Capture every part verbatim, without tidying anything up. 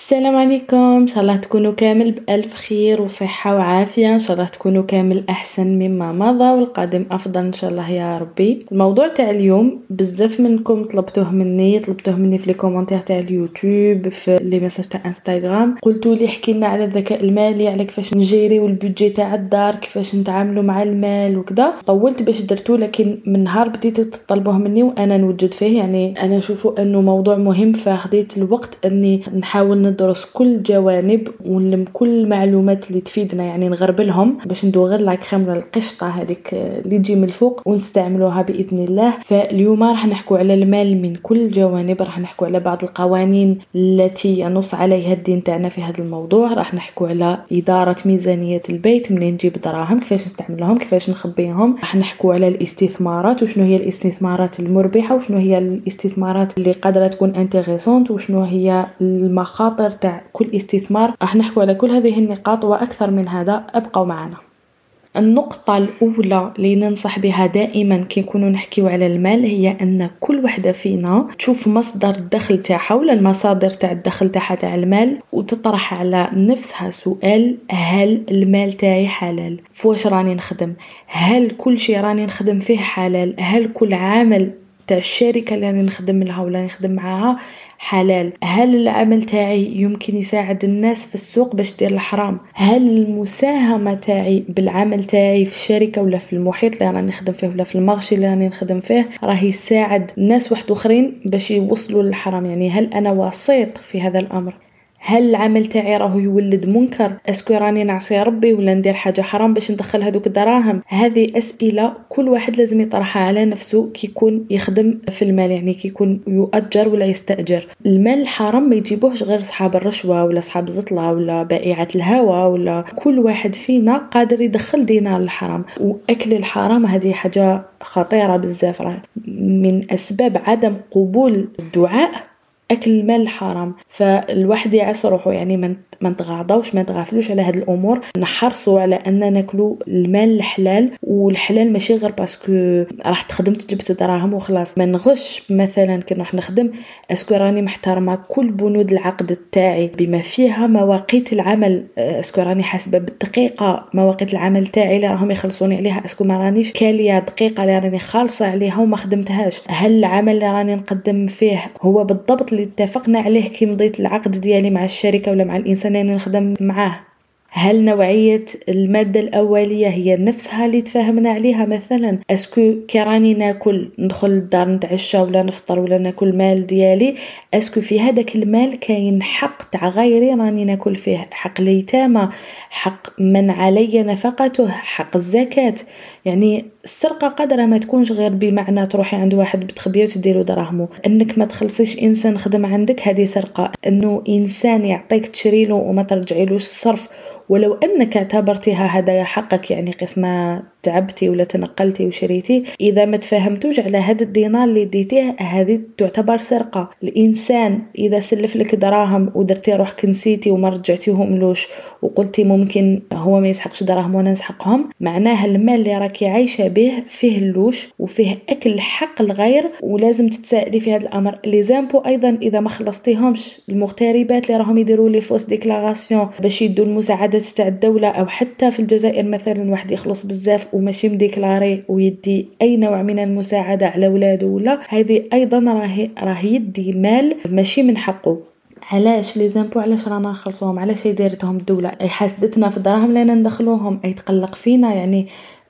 السلام عليكم، ان شاء الله تكونوا كامل بألف خير وصحة وعافية. ان شاء الله تكونوا كامل احسن مما مضى والقادم افضل ان شاء الله يا ربي. الموضوع تاع اليوم بزاف منكم طلبتوه مني طلبتوه مني في لي كومونتير تاع اليوتيوب، في لي ميساج تاع انستغرام. قلتوا لي احكي لنا على الذكاء المالي، على كيفاش نجيري والبودجي تاع الدار، كيفاش نتعاملوا مع المال وكذا. طولت باش درتو، لكن من نهار بديتوا تطلبوه مني وانا نوجد فيه. يعني انا نشوفوا انه موضوع مهم، فخديت الوقت اني نحاول ندرس كل جوانب ونلم كل المعلومات اللي تفيدنا، يعني نغربلهم باش ندو غير لاك خمره القشطه هذيك اللي تجي من الفوق ونستعملوها باذن الله. فاليوم راح نحكوا على المال من كل الجوانب، راح نحكوا على بعض القوانين التي ينص عليها الدين تاعنا في هذا الموضوع، راح نحكوا على اداره ميزانيه البيت، منين نجيب دراهم، كيفاش نستعملهم، كيفاش نخبيهم. راح نحكوا على الاستثمارات وشنو هي الاستثمارات المربحه وشنو هي الاستثمارات اللي قادره تكون انتريسونت وشنو هي المخاطر تاع كل استثمار. راح نحكوا على كل هذه النقاط واكثر من هذا، ابقوا معنا. النقطة الأولى اللي ننصح بها دائما كي نكونوا نحكيو على المال هي أن كل وحدة فينا تشوف مصدر الدخل تاعها ولا المصادر تاع الدخل تاعها تاع المال، وتطرح على نفسها سؤال: هل المال تاعي حلال؟ فواش راني نخدم؟ هل كل شيء راني نخدم فيه حلال؟ هل كل عمل تاع الشركة اللي راني نخدم لها ولا نخدم معاها حلال؟ هل العمل تاعي يمكن يساعد الناس في السوق باش دير الحرام؟ هل المساهمة تاعي بالعمل تاعي في الشركة ولا في المحيط اللي راني نخدم فيه ولا في المارشي اللي راني نخدم فيه راه يساعد الناس واحد اخرين باش يوصلوا للحرام؟ يعني هل انا وسيط في هذا الامر؟ هل العمل تاعي راه يولد منكر؟ اسكو راني نعصي ربي ولا ندير حاجه حرام باش ندخل هذوك الدراهم؟ هذه اسئله كل واحد لازم يطرحها على نفسه كي يكون يخدم في المال، يعني كي يكون يؤجر ولا يستاجر. المال الحرام ما يجيبوهش غير اصحاب الرشوه ولا اصحاب الزطله ولا بائعه الهوى، ولا كل واحد فينا قادر يدخل دينار الحرام. واكل الحرام هذه حاجه خطيره بزاف، راه من اسباب عدم قبول الدعاء اكل المال الحرام. فالواحد يعس روحه، يعني من ما نتغاضاوش ما نتغافلوش على هذه الامور، نحرصوا على ان ناكلوا المال الحلال. والحلال ماشي غير باسكو راح تخدمت جبت دراهم وخلاص. ما نغش مثلا كي راح نخدم، اسكو راني محترمه كل بنود العقد تاعي بما فيها مواقيت العمل، اسكو راني حاسبه بالدقيقه مواقيت العمل تاعي اللي راهم يخلصوني عليها، اسكو ما رانيش كاليه دقيقه اللي راني خالصه عليها وما خدمتهاش. هل العمل اللي راني نقدم فيه هو بالضبط اللي اتفقنا عليه كي مضيت العقد ديالي مع الشركه ولا مع الانسان اللي نخدم معاه؟ هل نوعية المادة الأولية هي نفسها اللي تفاهمنا عليها؟ مثلا أسكو كراني ناكل ندخل الدار نتعشى ولا نفطر ولا ناكل مال ديالي، أسكو في هذاك المال كاين حق تاع غيري راني ناكل فيه؟ حق اليتامى، حق من علي نفقته، حق الزكاة. يعني السرقة قدرها ما تكونش غير بمعنى تروحي عند واحد بتخبيه وتديله دراهمه. انك ما تخلصيش انسان خدم عندك هذه سرقة. انه انسان يعطيك تشريله وما ترجعيلوش الصرف ولو انك اعتبرتيها هذا حقك، يعني قسمة تعبتي ولا تنقلتي وشريتي، اذا ما تفهمتوش على هذا الدينار اللي ديتيه هذه تعتبر سرقة. الانسان اذا سلف لك دراهم ودرتي روحك نسيتي وما رجعتيهم لوش وقلتي ممكن هو ما يسحقش دراهم وانا نسحقهم، معناها المال اللي راكي عايشه به فيه اللوش وفيه اكل حق الغير، ولازم تتسائلي في هذا الامر. لي زامبو ايضا اذا ما خلصتيهمش، المغتربات اللي راهم يديروا لي فوس ديكلاراسيون باش يدوا المساعدات تاع الدوله، او حتى في الجزائر مثلا واحد يخلص بزاف وماشي مديكلاري ويدي اي نوع من المساعده على اولاده، ولا هذه ايضا راه راه يدي مال ماشي من حقه. علاش لي زامبو علاش رانا نخلصوهم؟ علاش هي دايرتهم الدوله؟ اي حاسدتنا في الدراهم اللي ندخلوهم، اي تقلق فينا. يعني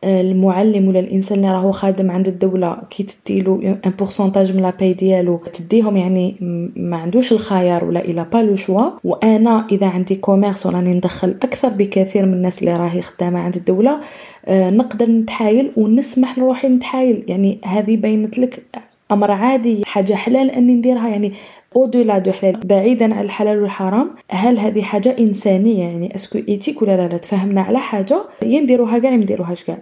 المعلم ولا الانسان اللي راهو خادم عند الدوله كي تديلو ان بورسنتاج من لاباي ديالو تديهم، يعني ما عندوش الخيار ولا الى با لو شوا. وانا اذا عندي كوميرس وراني ندخل اكثر بكثير من الناس اللي راهي خدامه عند الدوله، آه نقدر نتحايل ونسمح لروحي نتحايل. يعني هذه بينت لك امر عادي، حاجه حلال اني نديرها. يعني اودولا دو حلال، بعيدا عن الحلال والحرام. هل هذه حاجه انسانيه؟ يعني اسكو ايتيك ولا لا؟ لا تفهمنا على حاجه ينديروها كاع ينديروهاش كاع.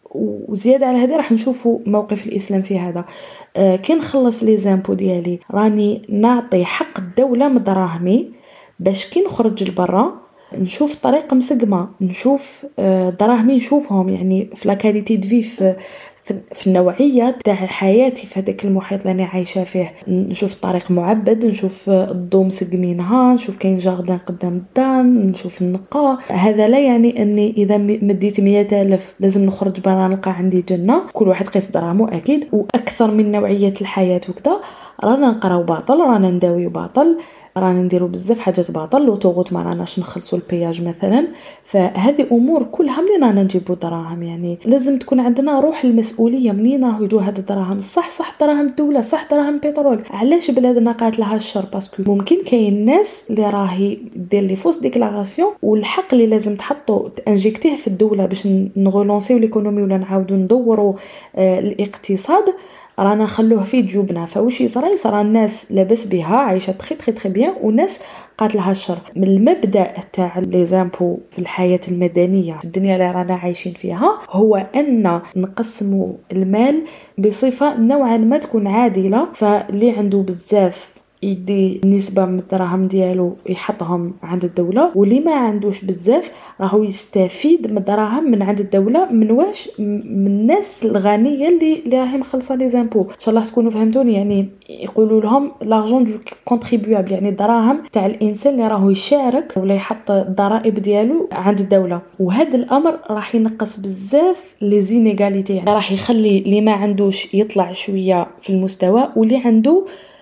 وزياده على هذه راح نشوفوا موقف الاسلام في هذا. آه كي نخلص لي زامبو ديالي راني نعطي حق الدوله من دراهمي، باش كي نخرج لبرا نشوف طريقه مسقمه، نشوف آه دراهمي نشوفهم يعني في لا كاليتي دو في في النوعيه تاع حياتي في هذاك المحيط اللي انا عايشه فيه. نشوف الطريق معبد، نشوف الضو مسقمينها، نشوف كاين جاردن قدام الدار، نشوف النقاء. هذا لا يعني اني اذا مديت مئة ألف لازم نخرج برا نلقى عندي جنه. كل واحد قيس دراهمه اكيد، واكثر من نوعيه الحياه وكذا. رانا نقراو باطل، رانا نداويو باطل، رانا نديروا بزاف حاجات باطل، لو توغوت ما راناش نخلصوا البياج مثلا. فهذه امور كلها منين رانا نجيبوا دراهم. يعني لازم تكون عندنا روح المسؤوليه. منين راهو يجوا هاد الدراهم؟ صح صح دراهم الدوله، صح دراهم بترول. علاش بلادنا قاتلها الشر؟ باسكو ممكن كاين ناس اللي راهي دير لي فوس ديكلاراسيون، والحق اللي لازم تحطوا تانجيكتيه في الدوله باش نغولونسيو ليكونومي ولا نعاودوا ندوروا آه الاقتصاد، رانا نخلوه في جيوبنا. فواش يصرى؟ يصرى الناس لاباس بها عايشه تخي تخي تخي بيان، وناس قاتلها الشر. من المبدا تاع لي زامبو في الحياه المدنيه في الدنيا اللي رانا عايشين فيها هو ان نقسموا المال بصفه نوعا ما تكون عادله. فاللي عنده بزاف يدي نسبة من الدراهم ديالو يحطهم عند الدولة، واللي ما عندوش بزاف راهو يستفيد من الدراهم من عند الدولة. من واش؟ من الناس الغنية اللي اللي راهي مخلصة لي زامبو. ان شاء الله تكونوا فهمتوني. يعني يقولوا لهم لارجون دو كونتريبيوابل، يعني الدراهم تاع الانسان اللي راهو يشارك ولا يحط الضرائب ديالو عند الدولة. وهذا الامر راح ينقص بزاف لي زينيغاليتي، يعني راح يخلي اللي ما عندوش يطلع شوية في المستوى، واللي عنده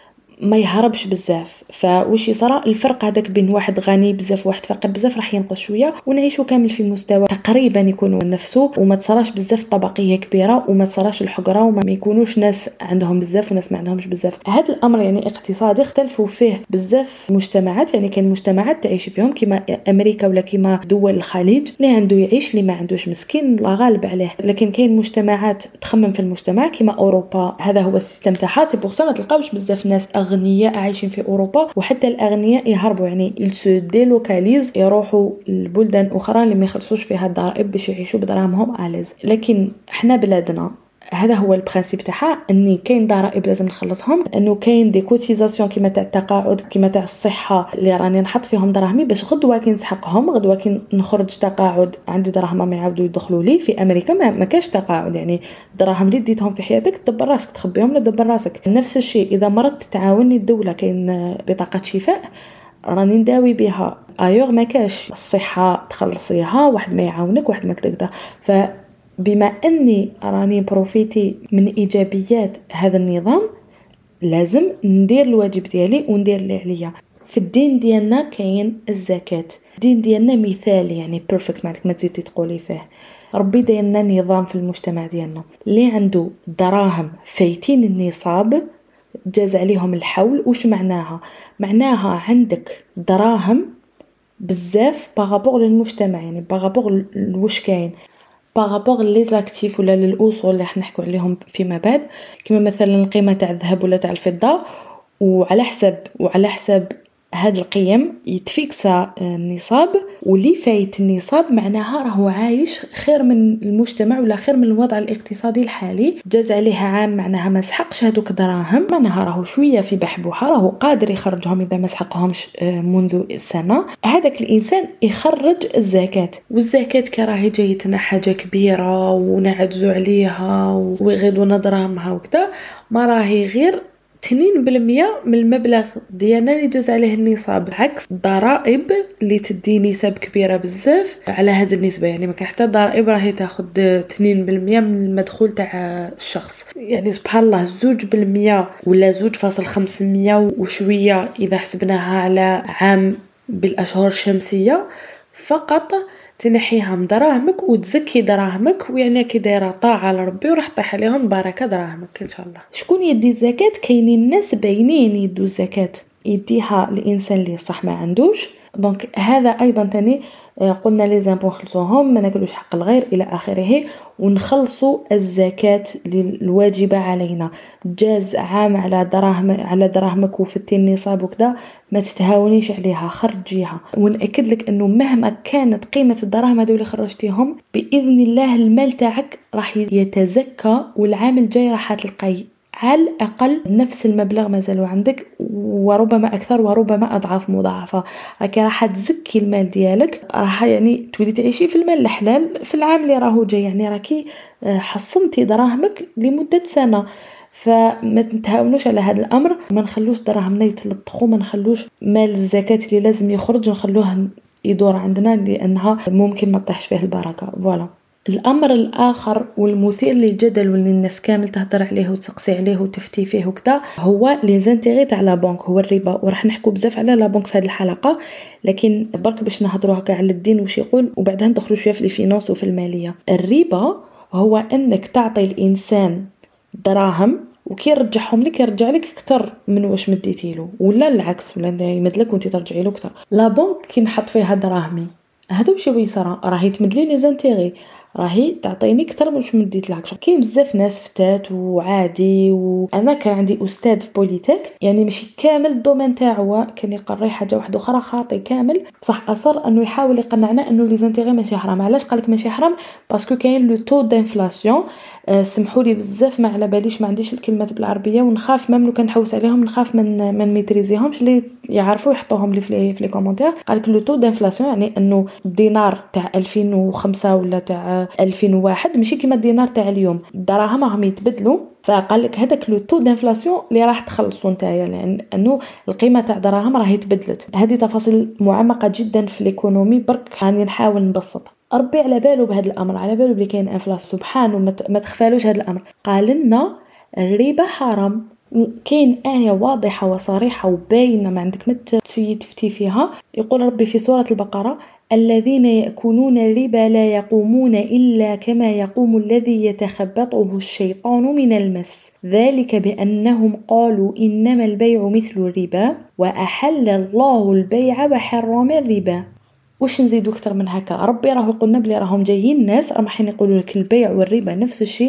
ما يهربش بزاف. فواش يصرى؟ الفرق هذاك بين واحد غني بزاف وواحد فقير بزاف راح ينقص شويه، ونعيشوا كامل في مستوى تقريبا يكونوا نفسه، وما تصراش بزاف طبقيه كبيره، وما تصراش الحقره، وما يكونوش ناس عندهم بزاف وناس ما عندهمش بزاف. هذا الامر يعني اقتصادي اختلفوا فيه بزاف مجتمعات. يعني كاين مجتمعات تعيش فيهم كما امريكا ولا كما دول الخليج، اللي عنده يعيش، اللي ما عندوش مسكين لا غالب عليه. لكن كاين مجتمعات تخمم في المجتمع كما اوروبا، هذا هو السيستم تاعها. سي بوغ سا ما تلقاوش بزاف ناس اغنياء عايشين في اوروبا، وحتى الاغنياء يهربوا، يعني يلسو ديلوكاليز، يروحوا لبلدان اخرى اللي ما يخلصوش فيها الضرائب باش يعيشوا بدراهمهم اليز. لكن احنا بلادنا هذا هو البرانسيب تاعها، اني كاين ضرائب لازم نخلصهم، انه كاين دي كوتيزاسيون كيما تاع التقاعد، كيما تاع الصحه اللي راني نحط فيهم دراهمي باش غدوه كي نسحقهم، غدوه كي نخرج تقاعد عندي دراهم ما يعاودوا يدخلوا لي. في امريكا ما, ما كاش تقاعد، يعني الدراهم اللي ديتهم في حياتك دبر راسك، تخبيهم لا دبر راسك. نفس الشيء اذا مرضت تعاوني الدوله، كاين بطاقه شفاء راني نداوي بها. ايوغ ما كاش الصحه تخلصيها، واحد ما يعاونك، واحد ما كذا. ف بما أني راني بروفيتي من إيجابيات هذا النظام، لازم ندير الواجب ديالي وندير اللي عليا. في الدين ديالنا كاين الزكاة. الدين ديالنا مثال، يعني بيرفكت، ما عندك ما تزيدي تقولي فيه. ربي دايرنا نظام في المجتمع ديالنا، اللي عنده دراهم فايتين النصاب جاز عليهم الحول. وش معناها؟ معناها عندك دراهم بزاف بارابور للمجتمع، يعني بارابور لوش كاين، بارابور لي زاكتيف ولا للاصول اللي راح نحكوا عليهم فيما بعد، كما مثلا القيمه تاع الذهب ولا تاع الفضه. وعلى حسب وعلى حسب هاد القيم يتفيكسا النصاب، واللي فايت النصاب معناها راهو عايش خير من المجتمع ولا خير من الوضع الاقتصادي الحالي. جاز عليه عام معناها ما سحقش هذوك دراهم، معناها راهو شويه في بحبوحه، راهو قادر يخرجهم اذا ما سحقهمش منذ سنه. هذاك الانسان يخرج الزكاه، والزكاه كراهي جايتنا حاجه كبيره ونعجزوا عليها ويغيضوا دراهمها وكذا، ما راهي غير اثنين بالمية من المبلغ ديالنا اللي جاز عليه النصاب، عكس الضرائب اللي تدي نسب كبيره بزاف على هذه النسبه. يعني ما كان حتى الضرائب راهي تاخذ اثنين بالمية من المدخول تاع الشخص، يعني سبحان الله زوج بالمية ولا زوج فاصل خمسمية وشويه اذا حسبناها على عام بالاشهر الشمسيه فقط. تنحيها من دراهمك وتزكي دراهمك، ويعني كي دايره طاعه لربي وراح طيح عليهم بركه دراهمك ان شاء الله. شكون يدي الزكاه؟ كاينين الناس باينين يدوا الزكاه، يديها الانسان اللي صح ما عندوش. دونك هذا ايضا تاني قلنا لي زامبو نخلصوهم، ما ناكلوش حق الغير الى اخره، ونخلصوا الزكاه الواجبه علينا. جاز عام على دراهم على دراهمك وفتي النصاب وكذا، ما تتهاونيش عليها، خرجيها. ونأكد لك انه مهما كانت قيمه الدراهم هذو اللي خرجتيهم، باذن الله المال تاعك راح يتزكى، والعام الجاي راح تلقاي على الأقل نفس المبلغ مازالوا عندك، وربما أكثر وربما أضعاف مضاعفة. راكي راح تزكي المال ديالك، راح يعني تولي تعيشي في المال الحلال في العام اللي راهو جاي، يعني راكي حصنتي دراهمك لمدة سنة. فما نتهاونوش على هذا الأمر، ما نخلوش دراهمنا يتلطخوا، ما نخلوش مال الزكاة اللي لازم يخرج نخلوه يدور عندنا، لأنها ممكن ما تطيحش فيه البركة. فوالا. الأمر الآخر والمثير للجدل واللي الناس كامل تهدر عليه وتسقسي عليه وتفتي فيه وكذا هو لي زانتيغي تاع لا بنك، هو الربا. وراح نحكوا بزاف على لا بنك في هذه الحلقة، لكن برك باش نهضروا هكا على الدين وش يقول وبعدها ندخلوا شويه في الفينانس وفي المالية. الربا هو أنك تعطي الإنسان دراهم وكي يرجعهم لك يرجع لك اكثر من واش مديتي له، ولا العكس، ولا يمدلك وانت ترجعي له اكثر. لا بنك كي نحط فيها دراهمي هذا وش يبغي يصرا، راهي تمدلي لي زانتيغي، راهي تعطيني اكثر من واش مديت لك. كاين بزاف ناس فتات وعادي، وانا كان عندي استاذ في بوليتيك، يعني ماشي كامل الدومين تاعو، كان يقري حاجه واحده اخرى خاطئ كامل، بصح اصر انه يحاول يقنعنا انه لي زانتيغي ماشي حرام. علاش قالك ماشي حرام؟ باسكو كاين لو تو دانفلاسيون. أه سمحوا لي بزاف ما على باليش، ما عنديش الكلمات بالعربيه، ونخاف ميم لو كنحوس عليهم نخاف من من ميتريزيهمش، اللي يعرفوا يحطوهم لي في في لي كومونتير. قالك لو تو دانفلاسيون يعني انه الدينار تاع ألفين وخمسة ولا تاع ألفين وواحد ماشي كيما الدينار تاع اليوم، الدراهم راهم يتبدلوا. فقال لك هذاك لو تو دانفلاسيون اللي راح تخلصوا نتايا، لانه القيمه تاع دراهم راهي تبدلت. هذه تفاصيل معمقه جدا في الايكونومي، برك راني نحاول نبسط. ربي على باله بهذا الامر، على باله بلي كاين انفلاسيون، سبحانه ما تخفالوش هذا الامر. قال لنا الربا حرام. كاين آية واضحة وصريحة وباينة ما عندك مت تفتي فيها. يقول ربي في سورة البقرة: الذين يأكلون الربا لا يقومون إلا كما يقوم الذي يتخبطه الشيطان من المس، ذلك بأنهم قالوا إنما البيع مثل الربا وأحل الله البيع وحرم الربا. وش نزيدو أكثر من هكا؟ ربي راهو يقولنا بلي راهم جايين ناس راح يقولوا لك البيع والربا نفس الشيء،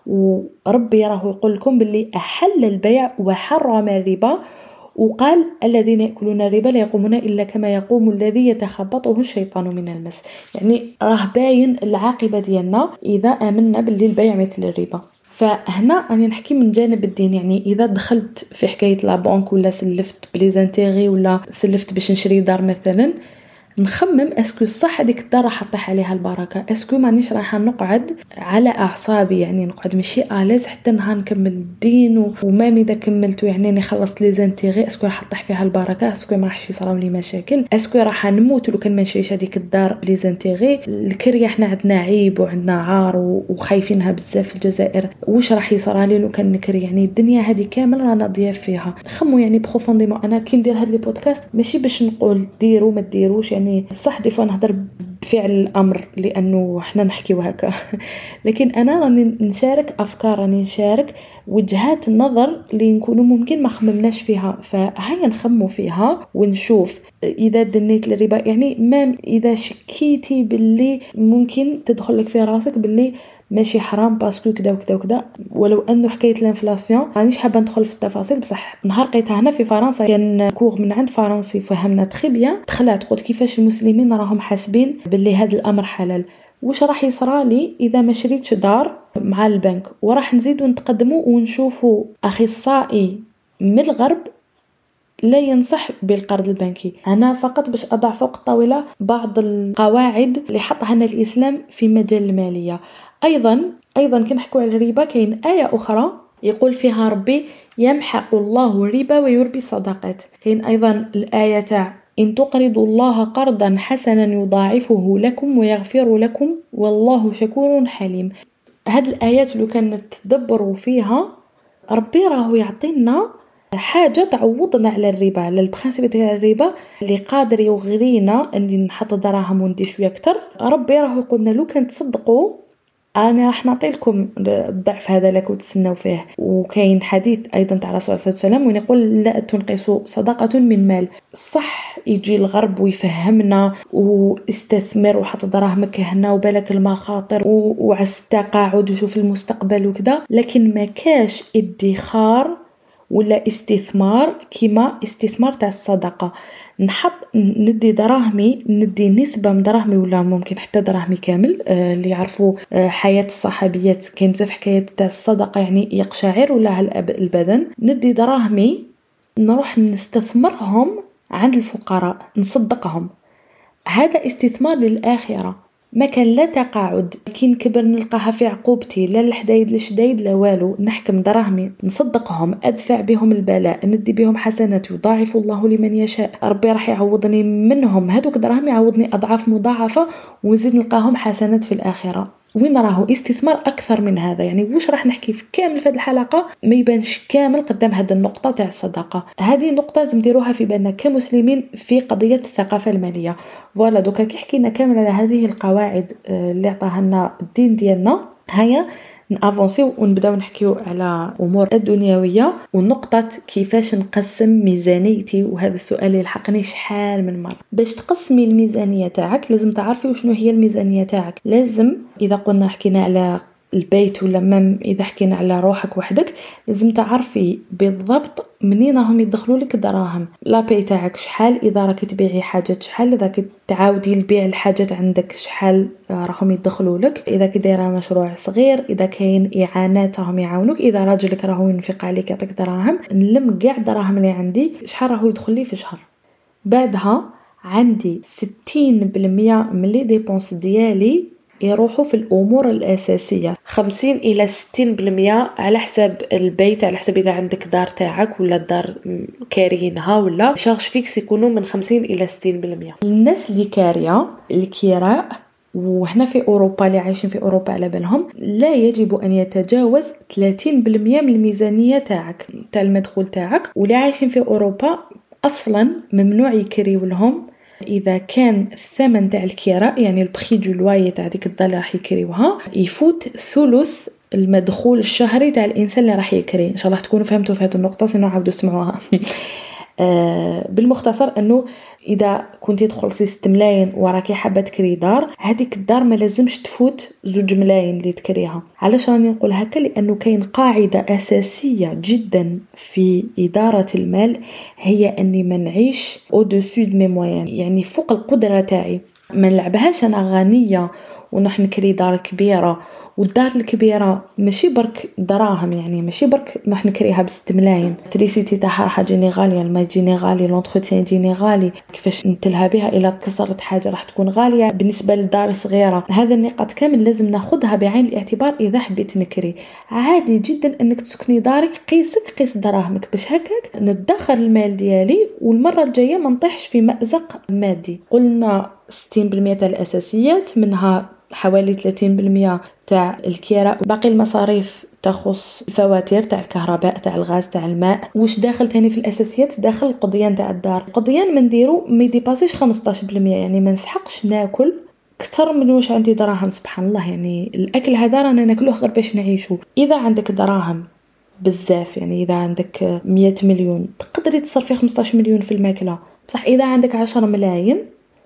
وربي راهو يقول لكم باللي أحل البيع وحرم الربا، وقال الذين يأكلون الربا لا يقومون إلا كما يقوم الذي يتخبطه الشيطان من المس. يعني راه باين العاقبة ديالنا إذا آمنا باللي البيع مثل الربا. فهنا أنا نحكي من جانب الدين، يعني إذا دخلت في حكاية لا بنك ولا سلفت بليزانتيغي ولا سلفت باش نشري دار مثلا، نخمم اسكو صح هذيك الدار راح اطيح عليها البركه، اسكو مانيش راح نقعد على اعصابي، يعني نقعد ماشي آلاز حتى نهار نكمل الدين، وما اذا كملت يعني اني خلصت لي زانتيغي اسكو راح تطيح فيها البركه، اسكو ما راحش يصراو لي مشاكل، اسكو راح نموت لو كان ما نشريش هذيك الدار لي زانتيغي. الكريه حنا عندنا عيب وعندنا عار وخايفينها بزاف في الجزائر، واش راح يصرى لي لو كان نكري؟ يعني الدنيا هذه كامل رانا ضياف فيها. خمو يعني بروفونديمون. انا كي ندير هذا البودكاست ماشي باش نقول ديروا ما ديروش، يعني صح دي فوا نهضر بفعل الامر لانه احنا نحكي وهكا لكن انا راني نشارك افكار، راني نشارك وجهات النظر اللي نكونوا ممكن ما خممناش فيها، فهيا نخمو فيها ونشوف اذا دنيت الربا. يعني ما اذا شكيتي باللي ممكن تدخل لك في راسك باللي ماشي حرام باسكو كذا وكذا وكذا، ولو انه حكايه الانفلاسيون مانيش حابه ندخل في التفاصيل، بصح نهار لقيتها هنا في فرنسا كان كور من عند فرنسي فهمنا تري بيان، تخلعت قلت كيفاش المسلمين راهم حاسبين باللي هذا الامر حلال. واش راح يصرى لي اذا ما شريتش دار مع البنك؟ وراح نزيدوا نتقدموا ونشوفوا اخصائي من الغرب لا ينصح بالقرض البنكي. أنا فقط باش أضع فوق الطاولة بعض القواعد اللي حطها لنا الإسلام في مجال المالية. أيضا أيضا كنحكوا على الربا، كاين آية أخرى يقول فيها ربي: يمحق الله الربا ويربي الصدقات. كاين أيضا الآية تاع إن تقرضوا الله قرضا حسنا يضاعفه لكم ويغفر لكم والله شكور حليم. هاد الآيات لو كانت تدبروا فيها ربي راهو يعطينا حاجة تعوضنا على الربا، على البرانسيب تاع الربا اللي قادر يغرينا ان نحط دراهم وندي شويه اكثر. ربي راهو يقولنا لو كان تصدقوا انا راح نعطي لكم الضعف هذا لكم تسنوا فيه. وكاين حديث ايضا تاع الرسول صلى الله عليه وسلم وين يقول: لا تنقصوا صدقه من مال. صح يجي الغرب ويفهمنا واستثمر وحط دراهمك هنا وبالك المخاطر وعس التقاعد وشوف المستقبل وكذا، لكن ما كاش ادخار ولا استثمار كيما استثمار تاع الصدقة. نحط ندي دراهمي، ندي نسبة من دراهمي ولا ممكن حتى دراهمي كامل. آه اللي يعرفوا آه حياة الصحابيات كاين بزاف حكايات تاع الصدقة، يعني يقشعر ولا البدن. ندي دراهمي نروح نستثمرهم عند الفقراء، نصدقهم. هذا استثمار للآخرة، ما كان لا تقاعد كي نكبر نلقاها في عقوبتي، لا الحدايد للشدايد لا والو. نحكم دراهمي نصدقهم، ادفع بهم البلاء، ندي بهم حسنات، يضاعف الله لمن يشاء. ربي راح يعوضني منهم، هذوك دراهم يعوضني اضعاف مضاعفه، ونزيد نلقاهم حسنات في الاخره. وين راهو استثمار اكثر من هذا؟ يعني واش راح نحكي في كامل في هذه الحلقه ما يبانش كامل قدام هذه النقطه تاع الصدقه. هذه نقطه لازم نديروها في بالنا كمسلمين في قضيه الثقافه الماليه. فوالا دوكا كي حكينا كامل على هذه القواعد اللي عطاها لنا الدين ديالنا، هيا نافونسيو ونبداو نحكيو على امور الدنيويه ونقطه كيفاش نقسم ميزانيتي. وهذا السؤال اللي لحقني شحال من مره. باش تقسمي الميزانيه تاعك لازم تعرفي وشنو هي الميزانيه تاعك. لازم اذا قلنا حكينا على البيت ولا مم اذا حكينا على روحك وحدك، لازم تعرفي بالضبط منين راهم يدخلوا لك دراهم. لا بي تاعك شحال، اذا راكي تبيعي حاجات شحال، اذا كنت تعاودي البيع الحاجات عندك شحال راهم يدخلوا لك، اذا كي دايره مشروع صغير، اذا كاين اعانات راهم يعاونوك، اذا راجلك راهو ينفق عليك يعطيك دراهم. نلم كاع الدراهم اللي عندي شحال راهو يدخل لي في شهر. بعدها عندي ستين بالمية من لي ديبونس ديالي يروحوا في الأمور الأساسية، خمسين إلى ستين بالمية على حسب البيت، على حسب إذا عندك دار تاعك ولا الدار كارينها ولا شارج فيكس، يكونوا من خمسين إلى ستين بالمية. الناس اللي كارية الكراء وهنا في أوروبا، اللي عايشين في أوروبا على بالهم لا يجب أن يتجاوز ثلاثين بالمية من الميزانية تاعك تاع المدخول تاعك. واللي عايشين في أوروبا أصلا ممنوع يكريو لهم اذا كان الثمن تاع الكراء، يعني البخي دو لواي تاع ديك الدار اللي راح يكريوها، يفوت ثلث المدخول الشهري تاع الانسان اللي راح يكري. ان شاء الله تكونوا فهمتوا في هذه النقطه، سنو عاودوا اسمعوها. آه بالمختصر انه اذا كنتي تخلصي ستة ملايين وراكي حابه تكري دار، هذيك الدار ما لازمش تفوت زوج ملايين اللي تكريها. علاش راني نقول هكا؟ لانه كاين قاعده اساسيه جدا في اداره المال، هي اني ما نعيش او دوسو دو مي موين، يعني فوق القدره تاعي. ما نلعبهاش انا غنيه ونروح نكري دار كبيره، والدار الكبيره ماشي برك دراهم، يعني ماشي برك نروح نكريها بستة ملايين، تريسيتي تاعها راح تجيني غاليه، الماء يجيني غالي، لونتروتيان يجيني غالي، كيفاش نتلها بها الا تكسرت حاجه راح تكون غاليه بالنسبه للدار صغيره. هذا النقاط كامل لازم ناخذها بعين الاعتبار اذا حبيت نكري. عادي جدا انك تسكني دارك قيسك قيس دراهمك، باش هكاك ندخر المال ديالي والمره الجايه ما نطيحش في مأزق مادي. قلنا ستين بالمية تاع الاساسيات، منها حوالي ثلاثين بالمية تاع الكراء، باقي المصاريف تخص الفواتير تاع الكهرباء تاع الغاز تاع الماء. واش داخل تاني في الاساسيات؟ داخل القضيان تاع الدار. القضيان من نديرو ما يديباسيش خمسطاش بالمية، يعني ما نسحقش ناكل كثر من واش عندي دراهم. سبحان الله، يعني الاكل هذا رانا ناكلوه غير باش نعيشو. اذا عندك دراهم بزاف، يعني اذا عندك مية مليون تقدري تصرفي خمسطاش مليون في الماكله، بصح اذا عندك عشرة ملايين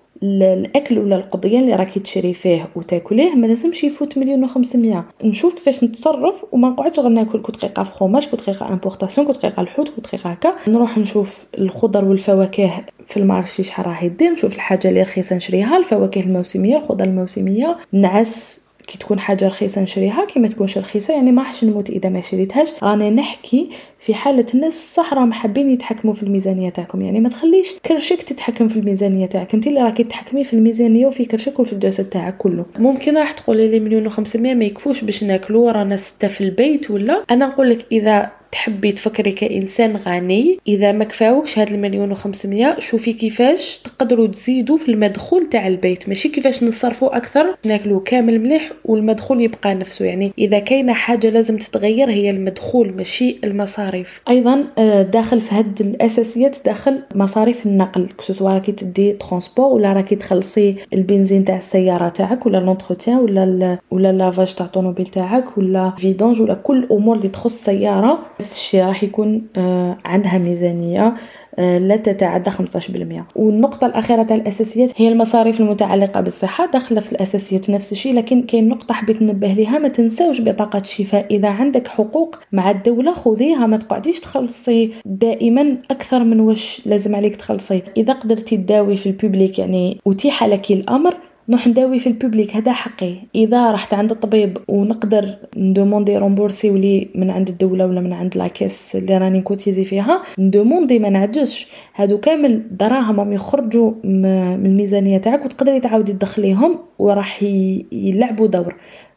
الاكل ولا القضيان اللي راكي تشري فيه وتاكليه ما لازمش يفوت مليون وخمسمية. نشوف كيفاش نتصرف وما نقعدش غير ناكل كل دقيقه فخوماج، كل دقيقه امبورطاسيون، كل دقيقه الحوت، كل دقيقه هكا. نروح نشوف الخضر والفواكه في المارشي شحال راح يدير، نشوف الحاجه اللي رخيصه نشريها، الفواكه الموسميه، الخضر الموسميه. نعس كي تكون حاجه رخيصه نشريها، كي ما تكونش رخيصه يعني ما راحش نموت اذا ما شريتهاش. رانا نحكي في حاله الناس صح راهم حابين يتحكموا في الميزانيه تاعكم، يعني ما تخليش كرشك تتحكم في الميزانيه تاعك، انت اللي راكي تتحكمي في الميزانيه وفي كرشك وفي الجسد تاعك كله. ممكن راح تقولي لي مليون وخمسمية ما يكفوش باش ناكلوا، رانا ستة في البيت. ولا انا نقول لك اذا تحبي تفكري كإنسان غني، إذا ما كفاوكش هاد المليون وخمسمية، شوفي كيفاش تقدروا تزيدوا في المدخول تاع البيت، ماشي كيفاش نصرفوا أكثر ناكلوا كامل مليح والمدخول يبقى نفسه. يعني إذا كاينة حاجة لازم تتغير هي المدخول ماشي المصاريف. أيضا داخل في هاد الأساسيات داخل مصاريف النقل، كسوسوا راكي تدي ترانسبور ولا راكي تخلصي البنزين تاع السيارة تاعك ولا لونتروتيان ولا ولا لافاج تاع الطوموبيل تاعك ولا فيدونج ولا كل أمور اللي تخص السيارة، نفس الشيء راح يكون آه عندها ميزانية آه لا تتعدى خمسة عشر بالمئة. والنقطة الأخيرة تاع الأساسيات هي المصاريف المتعلقة بالصحة، داخلة في الأساسيات نفس الشيء، لكن كاين نقطة حبيت ننبه لها، ما تنساوش بطاقة الشفاء. إذا عندك حقوق مع الدولة خذيها، ما تقعديش تخلصي دائما أكثر من واش لازم عليك تخلصي. إذا قدرتي تداوي في البوبليك يعني أتيح لك الأمر، نروح نداوي في البوبليك، هذا حقي. اذا رحت عند الطبيب ونقدر ندوموندي رومبورسي ولي من عند الدوله ولا من عند لاكيس اللي راني كوتيزي فيها، ندوموندي ما نعجزش، هادو كامل دراهم يخرجوا من الميزانيه تاعك وتقدري تعاودي تدخليهم وراح يلعبوا دور.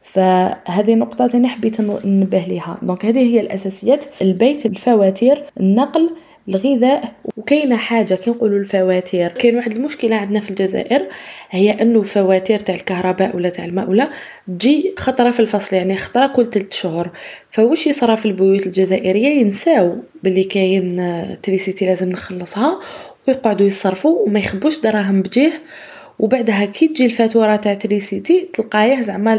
فهذه نقطة ثانية حبيت ننبه ليها. دونك هذه هي الأساسيات: البيت، الفواتير، النقل، الغذاء. وكاينه حاجه كي نقولوا الفواتير، كاين واحد المشكله عندنا في الجزائر، هي انه فواتير تاع الكهرباء ولا تاع الماء ولا تجي خطره في الفصل، يعني خطره كل ثلاث شهور. فواش يصرا في البيوت الجزائريه؟ ينساو باللي كاين تريسيتي لازم نخلصها ويقعدوا يصرفوا وما يخبوش دراهم بجيه، وبعدها كي تجي الفاتوره تاع تريسيتي تلقايه زعما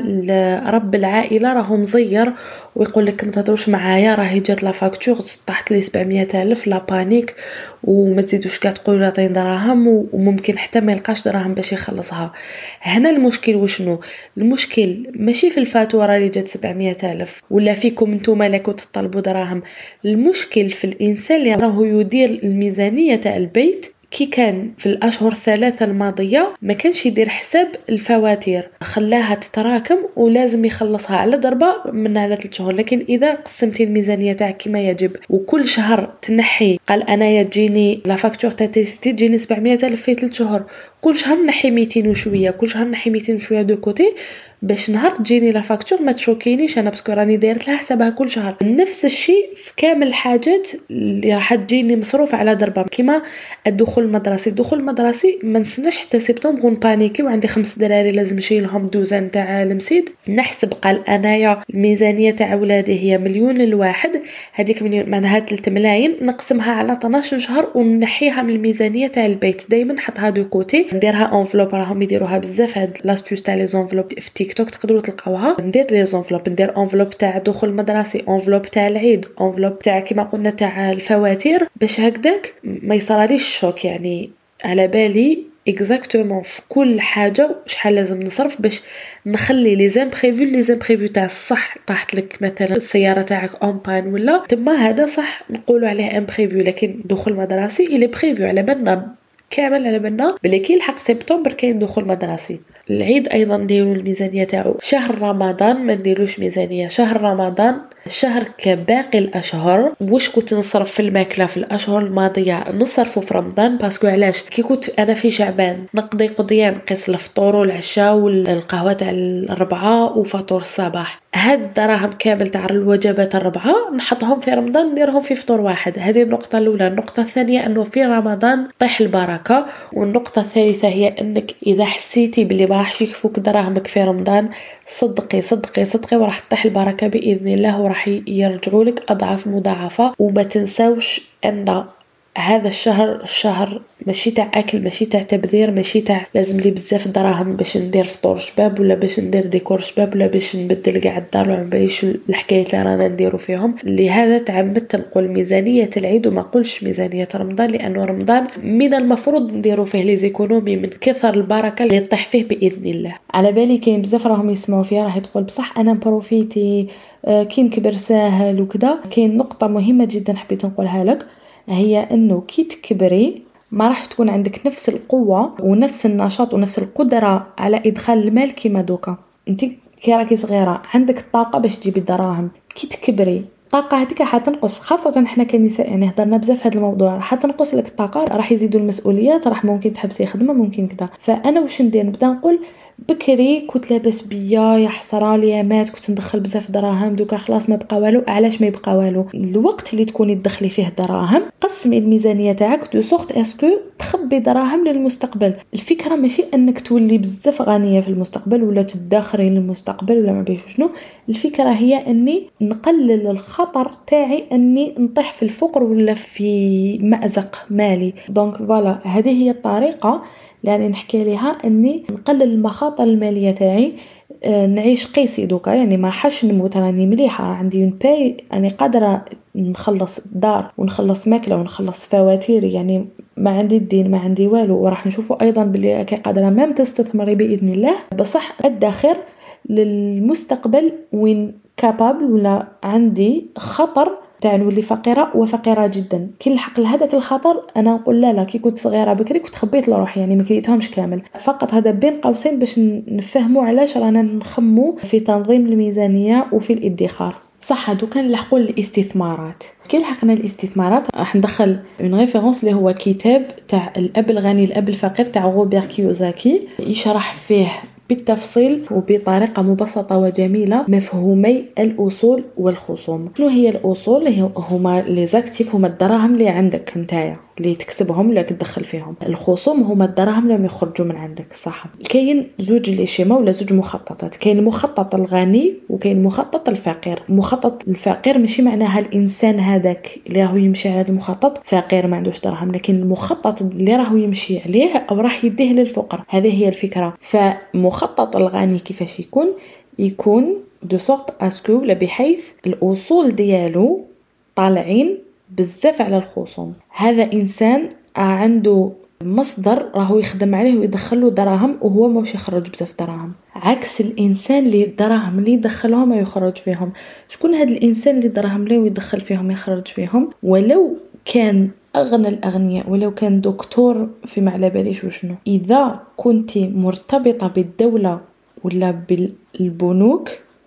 رب العائله راهو مزير ويقول لك ما تهضروش معايا، راهي جات لا فاكتور طاحت لي سبعمية الف، لا بانيك وما تزيدوش كاع تقولوا عطيني دراهم، وممكن حتى ما يلقاش دراهم باش يخلصها. هنا المشكل وشنو؟ المشكل ماشي في الفاتوره اللي جات سبعمية الف ولا فيكم نتوما اللي كنتوا تطلبوا دراهم، المشكل في الانسان اللي راهو يدير الميزانيه تاع البيت. كي كان في الأشهر الثلاثة الماضية ما كانش يدير حساب الفواتير، خلاها تتراكم ولازم يخلصها على ضربة من على ثلاث شهور. لكن إذا قسمتي الميزانية تاعك كما يجب وكل شهر تنحي، قال أنا يجيني لا فاكتور تاع تيستي تجيني سبعمية ألف في ثلاث شهور، كل شهر نحي ميتين وشوية، كل شهر نحي ميتين وشوية دو كوتي باش نهار تجيني لا فاكتور ما تشوكينيش انا، باسكو راني دايرت لها حسابها كل شهر. نفس الشيء في كامل الحاجات اللي راح تجيني مصروف على ضربه، كيما الدخول المدرسي. الدخول المدرسي ما نسناش حتى سبتمبر ونبانيكي وعندي خمس دراري لازم نشيلهم دوزان تاع المسيد، نحسب قال انايا الميزانيه تاع ولادي هي مليون للواحد، هذيك مليون معناها ثلاثة ملايين، نقسمها على اثنا عشر شهر ونحيها من الميزانيه تاع البيت. دائما نحطها دو كوتي، نديرها انفلوب، راهم يديروها بزاف هاد لاستوس تاع لي زونفلوب في تيك توك تقدروا تلقاوها. ندير لي زونفلوب، ندير انفلوب تاع دخول المدرسي، انفلوب تاع العيد، انفلوب تاع كيما قلنا تاع الفواتير، باش هكذاك ما يصراليش شوك. يعني على بالي اكزاكتومون في كل حاجه شحال لازم نصرف باش نخلي لي زامبريفو لي زامبريفو تاع الصح. طاحت لك مثلا السياره تاعك اون بان ولا تما، هذا صح نقولوا عليه امبريفو، لكن دخول مدرسي اللي بريفو على بالنا كامل، على بالنا بلي كي يلحق سبتمبر كاين دخول مدرسي. العيد ايضا نديروا الميزانيه تاعو. شهر رمضان ما نديروش ميزانيه. شهر رمضان شهر كباقي الاشهر، واش كنت نصرف في الماكله في الاشهر الماضيه نصرفه في رمضان، باسكو علاش كي كنت انا في شعبان نقضي قضيه نقيس الفطور والعشاء والقهوه تاع الربعه وفطور الصباح، هاد الدراهم كامل تاع الوجبات الربعه نحطهم في رمضان نديرهم في فطور واحد. هذه النقطه الاولى. النقطه الثانيه انه في رمضان طيح البركه. والنقطه الثالثه هي انك اذا حسيتي بلي ما راحش يكفوك دراهمك في رمضان، صدقي صدقي صدقي وراح تطيح البركه باذن الله، وراح يرجعوا لك اضعاف مضاعفه. وما تنسوش ان هذا الشهر الشهر ماشي تاع اكل، ماشي تاع تبذير، ماشي تاع لازم لي بزاف دراهم باش ندير فطور شباب ولا باش ندير ديكور شباب ولا باش نبدل كاع الدار وما باليش الحكايات اللي رانا نديرو فيهم. لهذا تعمدت نقول ميزانيه العيد وما قولش ميزانيه رمضان، لانه رمضان من المفروض نديرو فيه لي زيكونومي من كثر البركه اللي يطيح فيه باذن الله. على بالي كاين بزاف راهم يسمعوا فيها راح تقول بصح انا بروفيتي كي نكبر ساهل وكذا. كاين نقطه مهمه جدا حبيت نقولها لك، هي انه كي تكبري ما راح تكون عندك نفس القوة ونفس النشاط ونفس القدرة على ادخال المال كيما دوكا. انت كي راكي صغيرة عندك الطاقة باش تجيبي الدراهم، كي تكبري الطاقة هذيك حتنقص، خاصة احنا كنساء يعني هضرنا بزاف هذا الموضوع، راح تنقص لك الطاقة، راح يزيدوا المسؤوليات، راح ممكن تحبسي خدمة ممكن كذا. فانا واش ندير؟ نبدا نقول بكري كنت لاباس بيا يا حسره لي مات كنت ندخل بزاف دراهم، دوكا خلاص ما بقى والو. علاش ما يبقى والو؟ الوقت اللي تكوني تدخلي فيه دراهم قسمي الميزانيه تاعك دو سورت اسكو تخبي دراهم للمستقبل. الفكره ماشي انك تولي بزاف غنيه في المستقبل ولا تدخري للمستقبل ولا ما بيش شنو، الفكره هي اني نقلل الخطر تاعي اني نطيح في الفقر ولا في مأزق مالي. دونك فوالا هذه هي الطريقه يعني نحكي عليها اني نقلل المخاطر الماليه تاعي، أه نعيش قيسي دوكا، يعني ما راحش نموت، راني مليحه، عندي اون باي، اني قادره نخلص دار ونخلص ماكله ونخلص فواتير، يعني ما عندي الدين ما عندي والو. وراح نشوفوا ايضا بلي كي قادره مام تستثمري باذن الله. بصح الداخل للمستقبل وين كابابل ولا عندي خطر تاع نولي فقيره وفقيره جدا، كي نلحق لهذاك الخطر انا نقول لا لا، كي كنت صغيره بكري كنت خبيت لروحي، يعني ما كريتهمش كامل، فقط هذا بين قوسين باش نفهموا علاش رانا نخمو في تنظيم الميزانيه وفي الادخار. صح. دوكا نلحقوا الاستثمارات. كي لحقنا الاستثمارات راح ندخل اون ريفيرونس اللي هو كتاب تاع الاب الغني الاب الفقير تاع روبرت كيوساكي، يشرح فيه بالتفصيل وبطريقة مبسطة وجميلة مفهومي الأصول والخصوم. شنو هي الأصول؟ هما لي زاكتيف، هما الدراهم اللي عندك نتايا اللي تكسبهم ولا تدخل فيهم. الخصوم هما الدراهم اللي يخرجوا من عندك. صح. كاين زوج لي شيما ولا زوج مخططات، كاين المخطط الغني وكاين المخطط الفقير. المخطط الفقير ماشي معناها الانسان هذاك اللي راهو يمشي على هذا المخطط فقير ما عندوش دراهم، لكن المخطط اللي راهو يمشي عليه او راح يديه للفقر، هذه هي الفكره. فمخطط الغني كيفاش يكون؟ يكون دو سورت اسكو ولا بحيث الاصول ديالو طالعين بزاف على الخصوم. هذا انسان عنده مصدر راهو يخدم عليه ويدخل له دراهم وهو ماهوش يخرج بزاف دراهم، عكس الانسان اللي الدراهم اللي يدخلهم ما يخرج فيهم. شكون هذا الانسان اللي الدراهم اللي يدخل فيهم يخرج فيهم؟ ولو كان اغنى الاغنياء، ولو كان دكتور في ما على باليش وشنو، اذا كنتي مرتبطه بالدوله ولا بالبنوك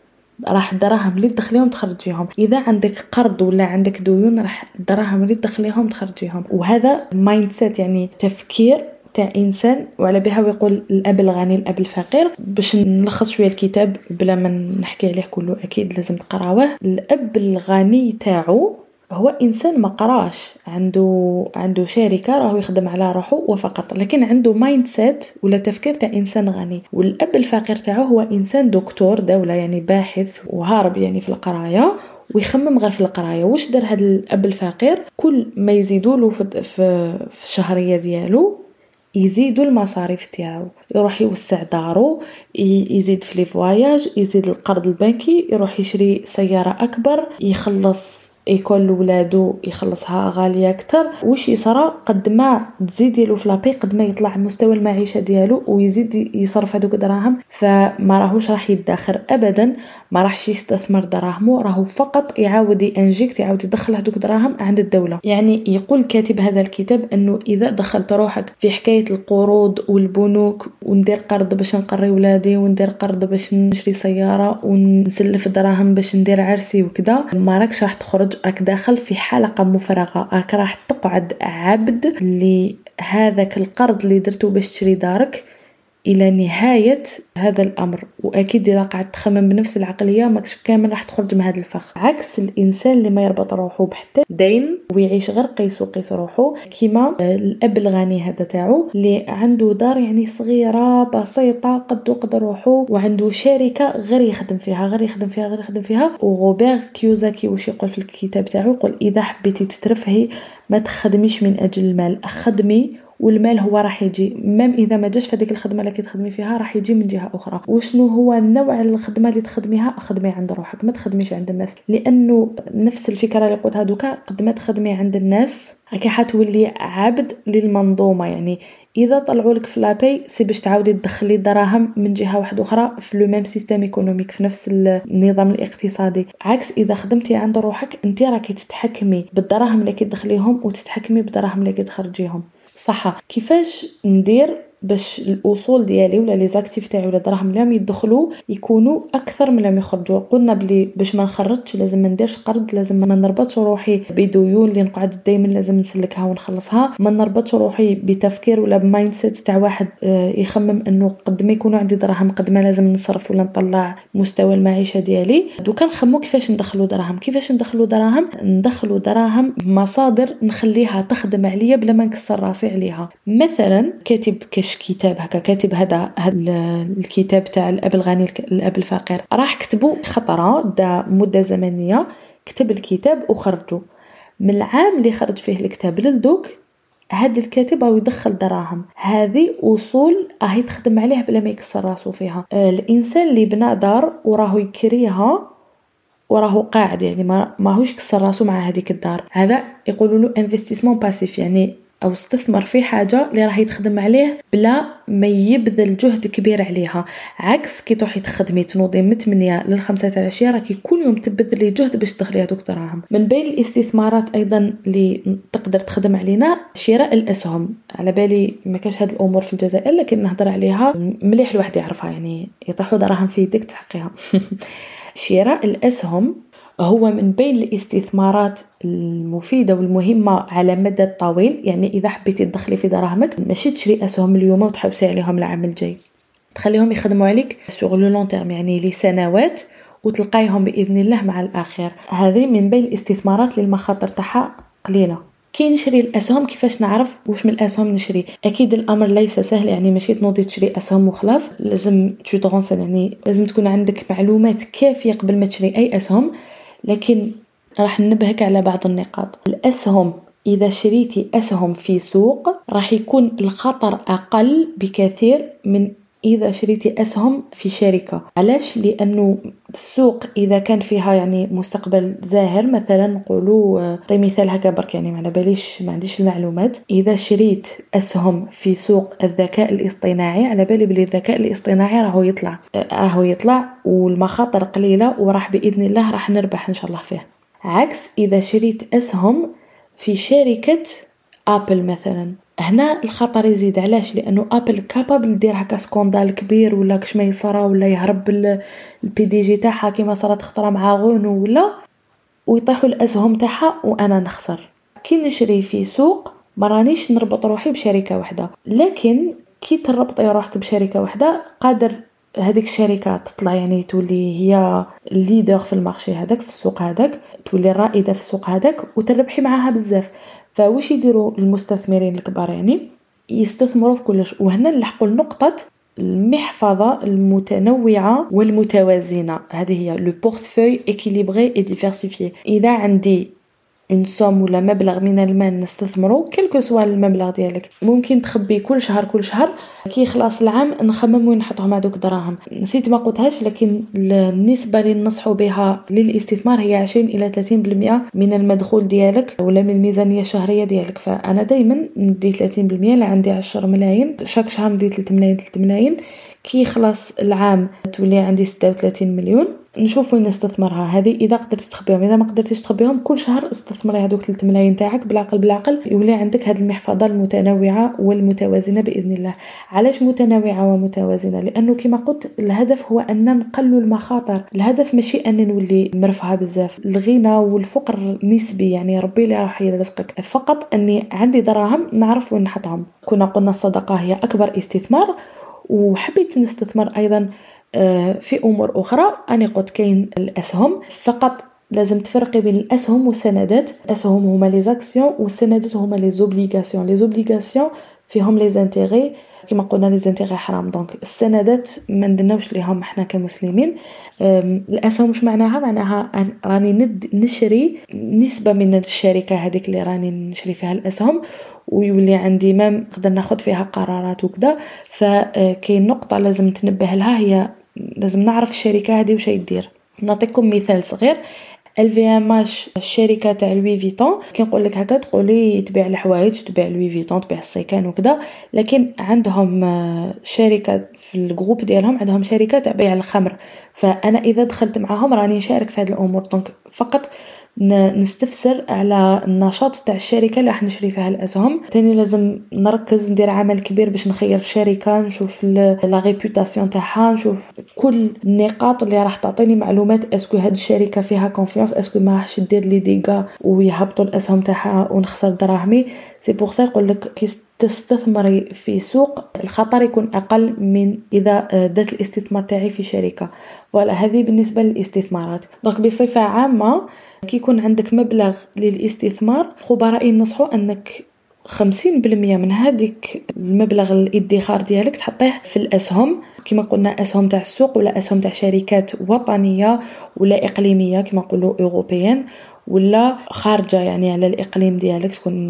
راح الدراهم اللي تدخليهم تخرجيهم. اذا عندك قرض ولا عندك ديون راح الدراهم اللي تدخليهم تخرجيهم. وهذا مايند سيت، يعني تفكير تاع انسان. وعلى بها ويقول الاب الغني الاب الفقير. باش نلخص شويه الكتاب بلا ما نحكي عليه كله، اكيد لازم تقراوه. الاب الغني تاعو هو انسان ما قراش، عنده عنده شركه راهو يخدم على روحه وفقط، لكن عنده مايند سيت ولا تفكير تاع انسان غني. والاب الفقير تاعو هو انسان دكتور دوله، يعني باحث وهارب يعني في القرايه ويخمم غير في القرايه. واش دار هذا الاب الفقير؟ كل ما يزيدوا له في في الشهريه ديالو يزيدوا المصاريف تاعو، يروح يوسع دارو، يزيد في لي فواياج، يزيد القرض البنكي، يروح يشري سياره اكبر، يخلص يكون ولادو يخلصها غاليه اكثر. واش يصرى؟ قد ما تزيد له في لابي قد ما يطلع مستوى المعيشه ديالو ويزيد يصرف هذوك دراهم. فما راهوش راح يدخر ابدا، ما راحش يستثمر دراهمه، راهو فقط يعاود انجيكت، يعاود يدخل هذوك دراهم عند الدوله. يعني يقول كاتب هذا الكتاب انه اذا دخلت روحك في حكايه القروض والبنوك وندير قرض باش نقري ولادي وندير قرض باش نشري سياره ونسلف دراهم باش ندير عرسي وكذا، ما راكش راح تخرج، راك داخل في حلقه مفرغه، راك راح تقعد عبد لهذاك القرض اللي درته باش تشري دارك الى نهايه هذا الامر. واكيد اذا قعدت تخمم بنفس العقليه ماكش كامل راح تخرج من هذا الفخ. عكس الانسان اللي ما يربط روحه بحتى دين ويعيش غير قيس وقيس روحه، كيما الاب الغني هذا تاعو اللي عنده دار يعني صغيره بسيطه قد قد روحه، وعنده شركه غير يخدم فيها غير يخدم فيها غير يخدم فيها. وروبرت كيوساكي واش يقول في الكتاب تاعو؟ يقول اذا حبيتي تترفهي ما تخدميش من اجل المال، خدمي والمال هو راح يجي، مام اذا ما جاش فديك الخدمه اللي تخدمي فيها راح يجي من جهه اخرى. وشنو هو النوع الخدمه اللي تخدميها؟ خدمي عند روحك، ما تخدميش عند الناس، لانه نفس الفكره اللي قلتها دوكا، قد ما تخدمي عند الناس هكا حتولي عبد للمنظومه. يعني اذا طلعوا لك في لابي سي باش تعاودي تدخلي دراهم من جهه واحده اخرى في لو ميم سيستم ايكونوميك، في نفس النظام الاقتصادي. عكس اذا خدمتي عند روحك انت راكي تتحكمي بالدراهم اللي كتدخليهم وتتحكمي بالدراهم اللي كتخرجيهم. صح. كيفاش ندير باش الاصول ديالي ولا لي زاكتيف تاعي ولا الدراهم اللي يدخلوا يكونوا اكثر من اللي يخرجوا؟ قلنا بلي باش ما نخرجش لازم ما نديرش قرض، لازم ما نربطش روحي بديون اللي نقعد دائما لازم نسلكها ونخلصها، ما نربطش روحي بتفكير ولا بمايند سيت تاع واحد يخمم انه قد ما يكونوا عندي دراهم قد ما لازم نصرف ولا نطلع مستوى المعيشه ديالي. دوكا نخمو كيفاش ندخلوا دراهم. كيفاش ندخلوا دراهم؟ ندخلوا دراهم بمصادر نخليها تخدم عليا بلا ما نكسر راسي عليها. مثلا كاتب كاش كتاب هكا، كاتب هذا الكتاب تاع الاب الغني الاب الفقير، راح كتبوا خطره دا مده زمنيه، كتب الكتاب وخرجوا. من العام اللي خرج فيه الكتاب للدوك هذا الكاتب او يدخل دراهم. هذه اصول راهي تخدم عليه بلا ما يكسر راسو فيها. الانسان اللي بنى دار وراه يكريها وراه قاعد يعني ما ماهوش كسر راسو مع هذيك الدار، هذا يقولوا له انفستيسمون باسيف، يعني او استثمر في حاجه اللي راهي تخدم عليه بلا ما يبذل جهد كبير عليها. عكس كي تروحي تخدمي تنوضي من ثمانية للخمسة تاع العشيه راكي كل يوم تبذلي جهد باش تدخلي هذوك دراهم. من بين الاستثمارات ايضا اللي تقدر تخدم علينا شراء الاسهم. على بالي ما كاش هاد الامور في الجزائر لكن نهضر عليها مليح الواحد يعرفها، يعني يطيحوا دراهم في يدك تحقيها. شراء الاسهم هو من بين الاستثمارات المفيدة والمهمة على مدى الطويل. يعني إذا حبيتي تدخلي في دراهمك ماشي تشري أسهم اليوم وتحوسي عليهم العام الجاي، تخليهم يخدموا عليك سوغ لو لون تيرم يعني لسنوات وتلقايهم بإذن الله مع الآخر. هذه من بين الاستثمارات اللي المخاطر تاعها قليلة. كي نشري الأسهم كيفاش نعرف واش من الأسهم نشري؟ أكيد الأمر ليس سهل، يعني ماشي تنوضي تشري أسهم وخلاص، لازم تشوتغونسن، يعني لازم تكون عندك معلومات كافية قبل ما تشري أي أسهم. لكن راح ننبهك على بعض النقاط. الأسهم إذا شريتي أسهم في سوق راح يكون الخطر أقل بكثير من إذا شريتي أسهم في شركة. علاش؟ لأنه السوق إذا كان فيها يعني مستقبل زاهر، مثلا نقولوا طي مثال هكا برك يعني ما على باليش ما عنديش المعلومات، إذا شريت أسهم في سوق الذكاء الاصطناعي على بالي بلي الذكاء الاصطناعي راهو يطلع راهو يطلع والمخاطر قليلة وراح بإذن الله راح نربح إن شاء الله فيه. عكس إذا شريت أسهم في شركة أبل مثلا، هنا الخطر يزيد. علاش؟ لانه ابل كابابل دير هكا سكوندال كبير ولا كش ما يصرا ولا يهرب البي دي جي تاعها كيما صارت خطره مع غونو ولا ويطيحوا الاسهم تاعها وانا نخسر. كي نشري في سوق ما رانيش نربط روحي بشركه واحده، لكن كي تربطي روحك بشركه واحده قادر هذيك الشركه تطلع يعني تولي هي الليدر في المارشي هذاك في السوق هذاك، تولي الرائده في السوق هذاك وتربحي معاها بزاف. فواش يديروا المستثمرين الكبار؟ يعني يستثمروا في كلش. وهنا نلحقوا لنقطة المحفظة المتنوعة والمتوازنة. هذه هي لو بورتفوي إكيليبري إي ديفيرسيفيي. إذا عندي اون سوم ولا مبلغ من المال نستثمره كلكو سوا المبلغ ديالك، ممكن تخبي كل شهر كل شهر كي خلاص العام نخمم وين نحطهم هذوك دراهم. نسيت ما قلتهاش لكن النسبه اللي ننصحوا بها للاستثمار هي عشرين إلى ثلاثين بالمئة من المدخول ديالك ولا من الميزانيه الشهريه ديالك. فانا دائما ندي ثلاثين بالمئة. اللي عندي عشرة ملايين شاك شهر ندي ثلاثة ملايين ثلاثة ملايين، كي خلاص العام تولي عندي ستة وثلاثين مليون نشوف وين نستثمرها. هذه اذا قدرت تخبيهم. اذا ما قدرتيش تخبيهم كل شهر استثمري هذوك ثلاثة ملايين تاعك بالعقل بالعقل يولي عندك هذه المحفظه المتنوعه والمتوازنه باذن الله. علاش متنوعه ومتوازنه؟ لانه كما قلت الهدف هو ان نقلل المخاطر. الهدف ماشي ان نولي مرفهه بزاف. الغنى والفقر نسبي، يعني ربي اللي راح يرزقك، فقط اني عندي دراهم نعرف وين نحطهم. كنا قلنا الصدقه هي اكبر استثمار، وحبيت نستثمر ايضا في امور اخرى. انا قلت كاين الاسهم، فقط لازم تفرقي بين الاسهم والسندات. الاسهم هما لي زاكسيون والسندات هما لي زوبليغاسيون. لي زوبليغاسيون فيهم لي زانتيغي كما قلنا لي زانتيغي حرام، دونك السندات ما ندناوش ليهم احنا كمسلمين. الاسهم مش معناها معناها راني نشري نسبه من الشركه هذيك اللي راني نشري فيها الاسهم ويولي عندي ما نقدر ناخذ فيها قرارات وكذا. فكاين نقطه لازم تنبه لها، هي لازم نعرف الشركه هذه واش يدير. نعطيكم مثال صغير. ال في ام اش الشركه تاع لوي فيتون، كي نقول لك هكا تقولي تبيع الحوايج، تبيع لوي فيتون، تبيع السيكان وكذا، لكن عندهم شركه في الجروب ديالهم عندهم شركه تاع بيع الخمر. فانا اذا دخلت معاهم راني نشارك في هذه الامور. دونك فقط نستفسر على النشاط تاع الشركه اللي راح نشري فيها الاسهم. ثاني لازم نركز ندير عمل كبير باش نخير الشركه، نشوف لا ريبوتاسيون تاعها، نشوف كل النقاط اللي راح تعطيني معلومات اسكو هذه الشركه فيها كونفيونس، اسكو ما راحش دير لي ديغا ويهبطوا الاسهم تاعها ونخسر دراهمي. سي بور سا يقول لك كي تستثمري في سوق الخطر يكون اقل من اذا دات الاستثمار تاعي في شركه. فوالا هذه بالنسبه للاستثمارات. دونك بصفه عامه كي يكون عندك مبلغ للاستثمار خبراء ينصحوا انك خمسين بالمئة من هذيك المبلغ الادخار ديالك تحطيه في الاسهم، كما قلنا اسهم تاع السوق ولا اسهم تاع شركات وطنيه ولا اقليميه كما نقولوا اوروبيان، ولا خارجه يعني على الاقليم ديالك تكون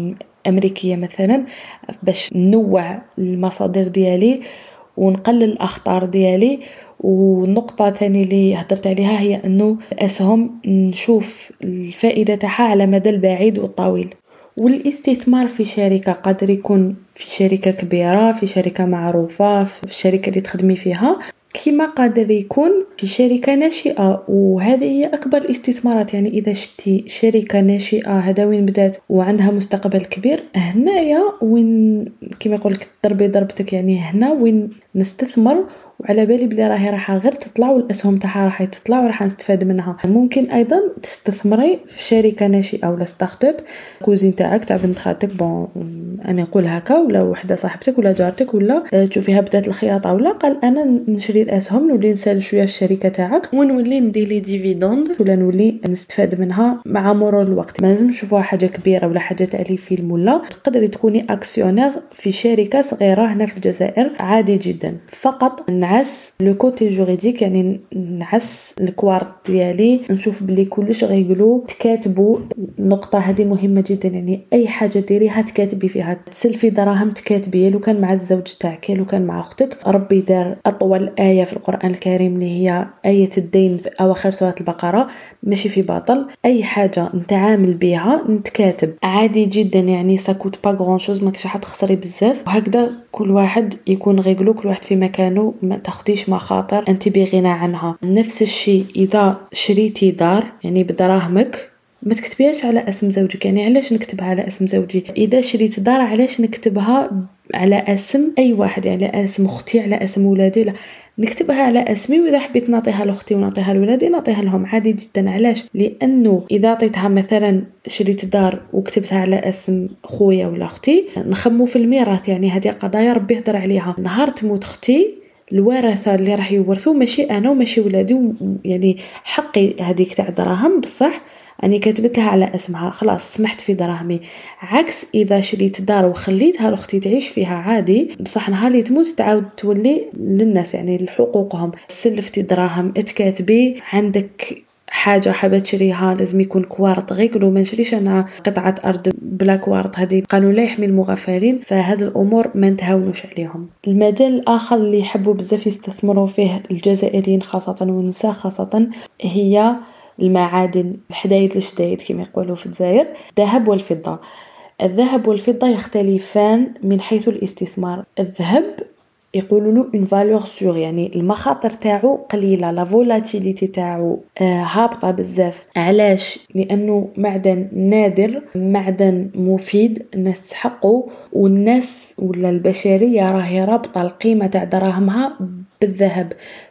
أمريكية مثلا باش ننوع المصادر ديالي ونقلل الأخطار ديالي. والنقطة تاني اللي هدرت عليها هي أنه الأسهم نشوف الفائدة تاعها على مدى البعيد والطويل. والاستثمار في شركة قادر يكون في شركة كبيرة، في شركة معروفة، في الشركة اللي تخدمي فيها، كما قادر يكون في شركة ناشئة، وهذه هي أكبر الاستثمارات. يعني إذا شتي شركة ناشئة هذا وين بدات وعندها مستقبل كبير، هنايا وين كما يقولك ضربي ضربتك، يعني هنا وين نستثمر وعلى بالي بلي راهي راح غير تطلع والاسهم تاعها راح تطلع وراح نستفاد منها. ممكن ايضا تستثمري في شركه ناشئه ولا ستارت اب، كوزين تاعك تاع بنت خالتك، بون انا نقول هكا، ولا وحده صاحبتك ولا جارتك، ولا تشوفيها بدات الخياطه، ولا قال انا نشري الاسهم نولي نسال شويه الشركه تاعك ونولي ندير لي ديفيدوند ولا نولي نستفاد منها مع مرور الوقت. ما لازم نشوفوها حاجه كبيره ولا حاجه تاع لي فيلم، ولا تقدري تكوني اكسيونير في شركه صغيره هنا في الجزائر عادي جدا. فقط نعس لو كوتي جوريديك، يعني نعس الكوارت ديالي، نشوف بلي كلش غيقولوا تكاتبوا. النقطه هذه مهمه جدا، يعني اي حاجه ديريها تكاتبي فيها، تسلفي دراهم تكاتبي، لو كان مع الزوج تاعك لو كان مع اختك. ربي دار اطول ايه في القران الكريم اللي هي ايه الدين في اواخر سوره البقره، ماشي في باطل. اي حاجه نتعامل بها نتكاتب عادي جدا، يعني ساكوت با غران شوز، ماكش حتخسري بزاف. وهكذا كل واحد يكون غيقولوا كل واحد في مكانه، ما تاخديش مخاطر انت بغنى عنها. نفس الشيء اذا شريتي دار يعني بدراهمك، ما تكتبيهاش على اسم زوجك. يعني علاش نكتبها على اسم زوجي؟ اذا شريت دار علاش نكتبها على اسم اي واحد؟ يعني على اسم اختي، على اسم ولادي؟ لا، نكتبها على اسمي، واذا حبيت نعطيها لاختي ونعطيها لولادي نعطيها لهم عادي جدا. علاش؟ لانه اذا عطيتها مثلا شريت دار وكتبتها على اسم خويا ولا اختي، نخمو في الميراث، يعني هذه قضايا ربي يهضر عليها. نهار تموت اختي الورثه اللي راح يورثوا ماشي انا وماشي ولادي، يعني حقي هذيك تاع دراهم بصح اني كتبت لها على اسمها، خلاص سمحت في دراهمي. عكس اذا شريت دار وخليتها لاختي تعيش فيها عادي، بصح نهار اللي تموت تعاود تولي للناس، يعني لحقوقهم. سلفتي دراهم اتكاتبي، عندك حاجه حابه تشريها لازم يكون كوارط، غير يقولوا ما نشريش انا قطعه ارض بلا كوارط، هذه قانون لا يحمي المغفلين. فهذه الامور ما نتهاونوش عليهم. المجال الاخر اللي يحبوا بزاف يستثمروا فيه الجزائريين خاصه والنساء خاصه هي المعادن، الحدايد الشدايد كما يقولوا في الجزائر، الذهب والفضه. الذهب والفضه يختلفان من حيث الاستثمار. الذهب يقولوا له اون فالور سور، يعني المخاطر تاعو قليله، لا فولاتيليتي تاعو آه هابطه بزاف. علاش؟ لانه معدن نادر، معدن مفيد، الناس تحقه، والناس ولا البشريه راهي رابطه القيمه تاع دراهمها بالذهب.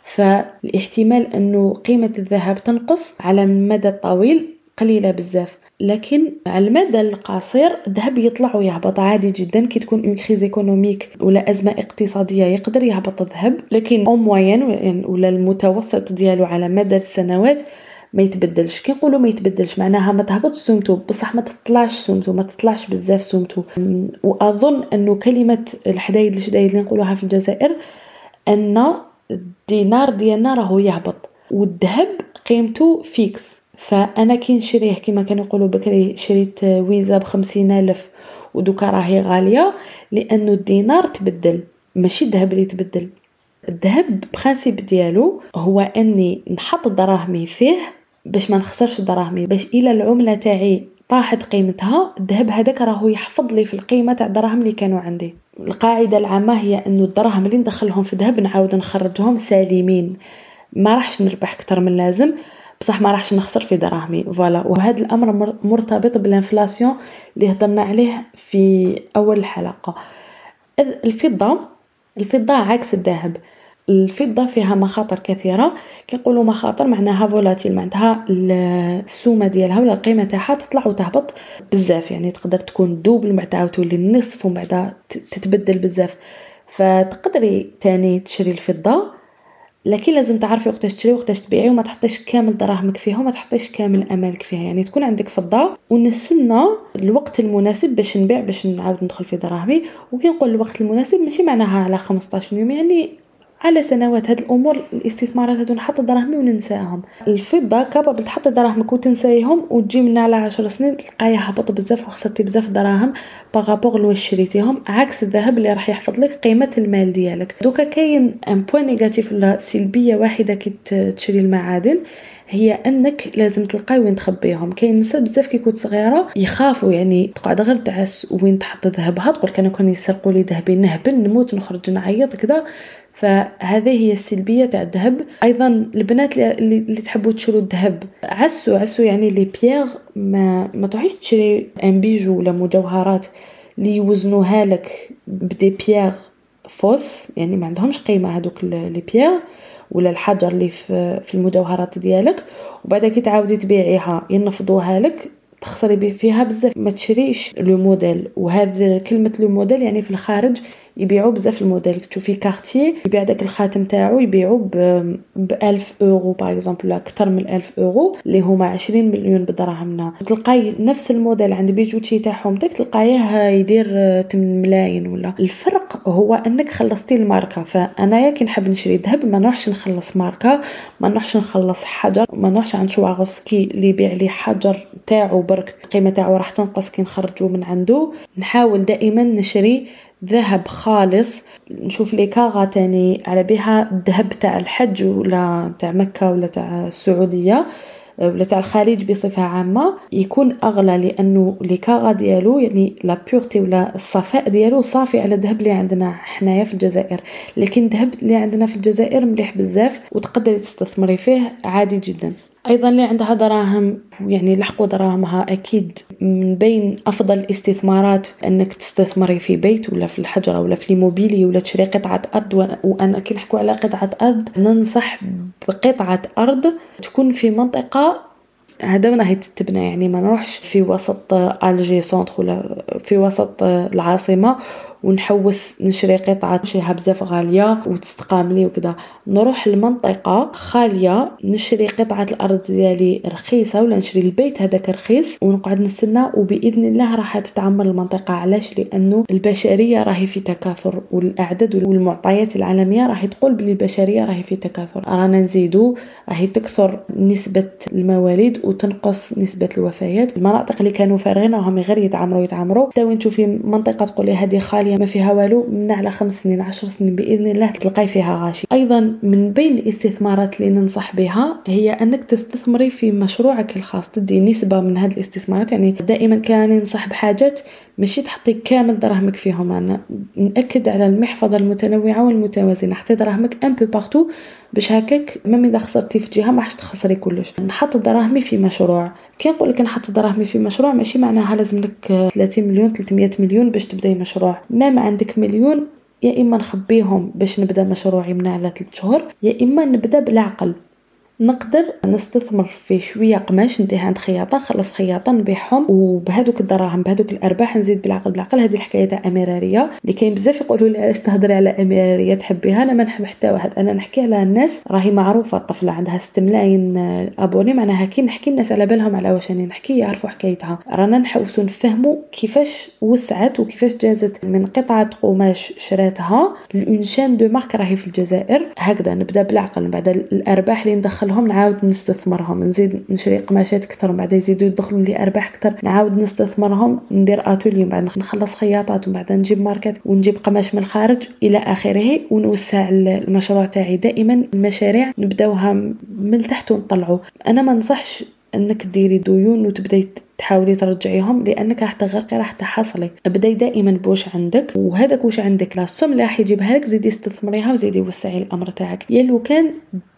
فالاحتمال انه قيمه الذهب تنقص على المدى الطويل قليله بزاف، لكن على المدى القصير الذهب يطلع ويهبط عادي جدا. كي تكون اون كريز ايكونوميك ولا ازمه اقتصاديه يقدر يهبط الذهب، لكن اون موين ولا المتوسط ديالو على مدى السنوات ما يتبدلش. كي نقولوا ما يتبدلش معناها ما تهبطش سمته، بصح ما تطلعش سمته، ما تطلعش بزاف سمته. واظن انه كلمه الحدايد الشدايد اللي نقولوها في الجزائر ان الدينار ديالنا راهو يهبط والذهب قيمته فيكس. فانا كي نشريه كما كانوا يقولوا بكري شريت ويزا بخمسين الف ودوكا راهي غاليه، لانه الدينار تبدل ماشي الذهب اللي تبدل. الذهب بخانسيب ديالو هو اني نحط دراهمي فيه باش ما نخسرش دراهمي، باش الى العمله تاعي طاحت قيمتها الذهب هذاك راهو يحفظ لي في القيمه تاع الدراهم اللي كانوا عندي. القاعده العامه هي انه الدراهم اللي ندخلهم في الذهب نعاود نخرجهم سالمين، ما راحش نربح اكثر من لازم بصح ما راحش نخسر في دراهمي. فوالا، وهذا الامر مرتبط بالانفلاسيون اللي هضرنا عليه في اول الحلقه. الفضه الفضه عكس الذهب. الفضه فيها مخاطر كثيره. كيقولوا مخاطر معناها فولاتيل، معناتها السومه ديالها ولا القيمه تاعها تطلع وتهبط بزاف، يعني تقدر تكون دوبل بعد عاود تولي النصف ومن بعد تتبدل بزاف. فتقدري تاني تشري الفضه، لكن لازم تعرفي وقتاش تشري وقتاش تبيعي، وما تحطيش كامل دراهمك فيها وما تحطيش كامل امالك فيها. يعني تكون عندك فضه ونستنى الوقت المناسب باش نبيع باش نعاود ندخل في دراهمي. وكي نقول الوقت المناسب ماشي معناها على خمسطاش يوم، يعني على سنوات. هاد الامور الاستثمارات هادو نحط دراهمي وننساهم. الفضه كابابل تحط دراهمك وتنسايهم وتجي من على عشر سنين تلقايها هبط بزاف وخسرتي بزاف دراهم باغابوغ لواش شريتيهم، عكس الذهب اللي راح يحفظ لك قيمه المال ديالك. دوكا كاين ان بوين نيجاتيف ولا سلبيه واحده كي تشري المعادن، هي انك لازم تلقاي وين تخبيهم. كاين نساء بزاف كي كنت صغيره يخافوا يعني تقعد غير تعس وين تحط ذهبها، تقول كانوا كانوا يسرقوا لي ذهبي نهبل نموت نخرج نعيط كذا. فهذه هي السلبيه تاع الذهب. ايضا البنات اللي, اللي تحبوا تشروا الذهب، عسوا عسوا يعني لي بيير، ما ما تروحيش تشري ان بيجو ولا مجوهرات اللي يوزنوها لك بدي بيير فوس، يعني ما عندهمش قيمه هذوك لي بيير ولا الحجر اللي في في المجوهرات ديالك، وبعد كي تعاودي تبيعيها ينفضوها لك تخسري فيها بزاف. ما تشريش لو موديل. وهذا كلمه لو موديل يعني في الخارج يبيعوا بزاف الموديل. تشوفي كارتيه يبيع داك الخاتم تاعو يبيعوا ب ألف اورو باغ اكزومبل، ولا اكثر من ألف اورو اللي هما عشرين مليون بدراهمنا. تلقاي نفس الموديل عند بيجوتشي تاعهم داك تلقايه يدير ثمانية ملايين. ولا الفرق هو انك خلصتي الماركه. فانا كي نحب نشري ذهب ما نروحش نخلص ماركه، ما نروحش نخلص حجر، ما نروحش عند شواغوفسكي اللي يبيع لي حجر تاعو برك القيمه تاعو راح تنقص كي نخرجوا من عنده. نحاول دائما نشري ذهب خالص. نشوف لي كاغا تاني على بها الذهب تاع الحج ولا تاع مكة ولا تاع السعودية ولا تاع الخليج بصفة عامة يكون أغلى، لأنه لي كاغا ديالو يعني لا بيورتي ولا الصفاء ديالو صافي على الذهب اللي عندنا حنايا في الجزائر. لكن الذهب اللي عندنا في الجزائر مليح بزاف وتقدري تستثمري فيه عادي جدا. ايضا اللي عندها دراهم يعني لحقوا دراهمها، اكيد من بين افضل الاستثمارات انك تستثمري في بيت ولا في الحجره ولا في الموبيلي ولا تشري قطعه ارض. وانا كي نحكوا على قطعه ارض ننصح بقطعه ارض تكون في منطقه هذا هي تتبنى، يعني ما نروحش في وسط الجي سنتر ولا في وسط العاصمه ونحوس نشري قطعه شيها بزاف غاليه وتستقاملي وكذا. نروح لمنطقه خاليه نشري قطعه الارض ديالي رخيصه ولا نشري البيت هذاك رخيص ونقعد نستنى، وباذن الله راح تتعمر المنطقه. علاش؟ لانه البشريه راهي في تكاثر، والاعداد والمعطيات العالميه راهي تقول بلي البشريه راهي في تكاثر. رانا نزيدوا راهي تكثر نسبه المواليد وتنقص نسبه الوفيات. المناطق اللي كانوا فارغين راهم غير يتعمروا يتعمروا. حتى وين تشوفي منطقه تقولي هذه خاليه ما فيها والو، من على خمس سنين عشر سنين باذن الله تلقاي فيها غاشي. ايضا من بين الاستثمارات اللي ننصح بها هي انك تستثمري في مشروعك الخاص، تدي نسبه من هذه الاستثمارات. يعني دائما كان ننصح بحاجات ماشي تحطي كامل دراهمك فيهم. انا ناكد على المحفظه المتنوعه والمتوازنه، حطي دراهمك ان بو بارتو باش هكاك ميم اذا خسرتي في جهه ما راحش تخسري كلش. نحط دراهمي في مشروع. كي نقول لك نحط دراهمي في مشروع ماشي معناها لازم لك ثلاثين مليون ثلاثمية مليون باش تبداي مشروع. ما عندك مليون يا اما نخبيهم باش نبدا مشروعي من على ثلاثة شهور، يا اما نبدا بالعقل. نقدر نستثمر في شويه قماش نديه عند خياطه، خلص خياطه نبيعهم وبهذوك الدراهم بهذوك الارباح نزيد بالعقل. بالعقل هذه الحكايه تاع اميراريه اللي كاين بزاف يقولوا لي علاش تهضري على اميراريه تحبيها. انا ما نحب حتى واحد، انا نحكي على الناس راهي معروفه. الطفله عندها ستة ملايين ابوني، معناها كي نحكي الناس على بالهم على واش راني نحكي يعرفوا حكايتها. رانا نحوسوا نفهموا كيفاش وسعت وكيفاش جازت من قطعه قماش شراتها لون شان دو مارك راهي في الجزائر. هكذا نبدا بالعقل، من بعد الارباح اللي ندخل لهم نعاود نستثمرهم، نزيد نشري قماشات اكثر بعد يزيدوا يدخلوا لي ارباح اكثر نعاود نستثمرهم، ندير اتولي بعد نخلص خياطات وبعد نجيب ماركات ونجيب قماش من الخارج الى اخره ونوسع المشروع تاعي. دائما المشاريع نبداوها من تحت ونطلعوا. انا ما ننصحش انك ديري ديون وتبداي تحاولي ترجعيهم لانك راح تغرقي راح تحصلي. ابداي دائما بوش عندك، وهذاك واش عندك لا سوم اللي راح يجيبها لك زيدي استثمريها وزيدي وسعي الامر تاعك. يا لو كان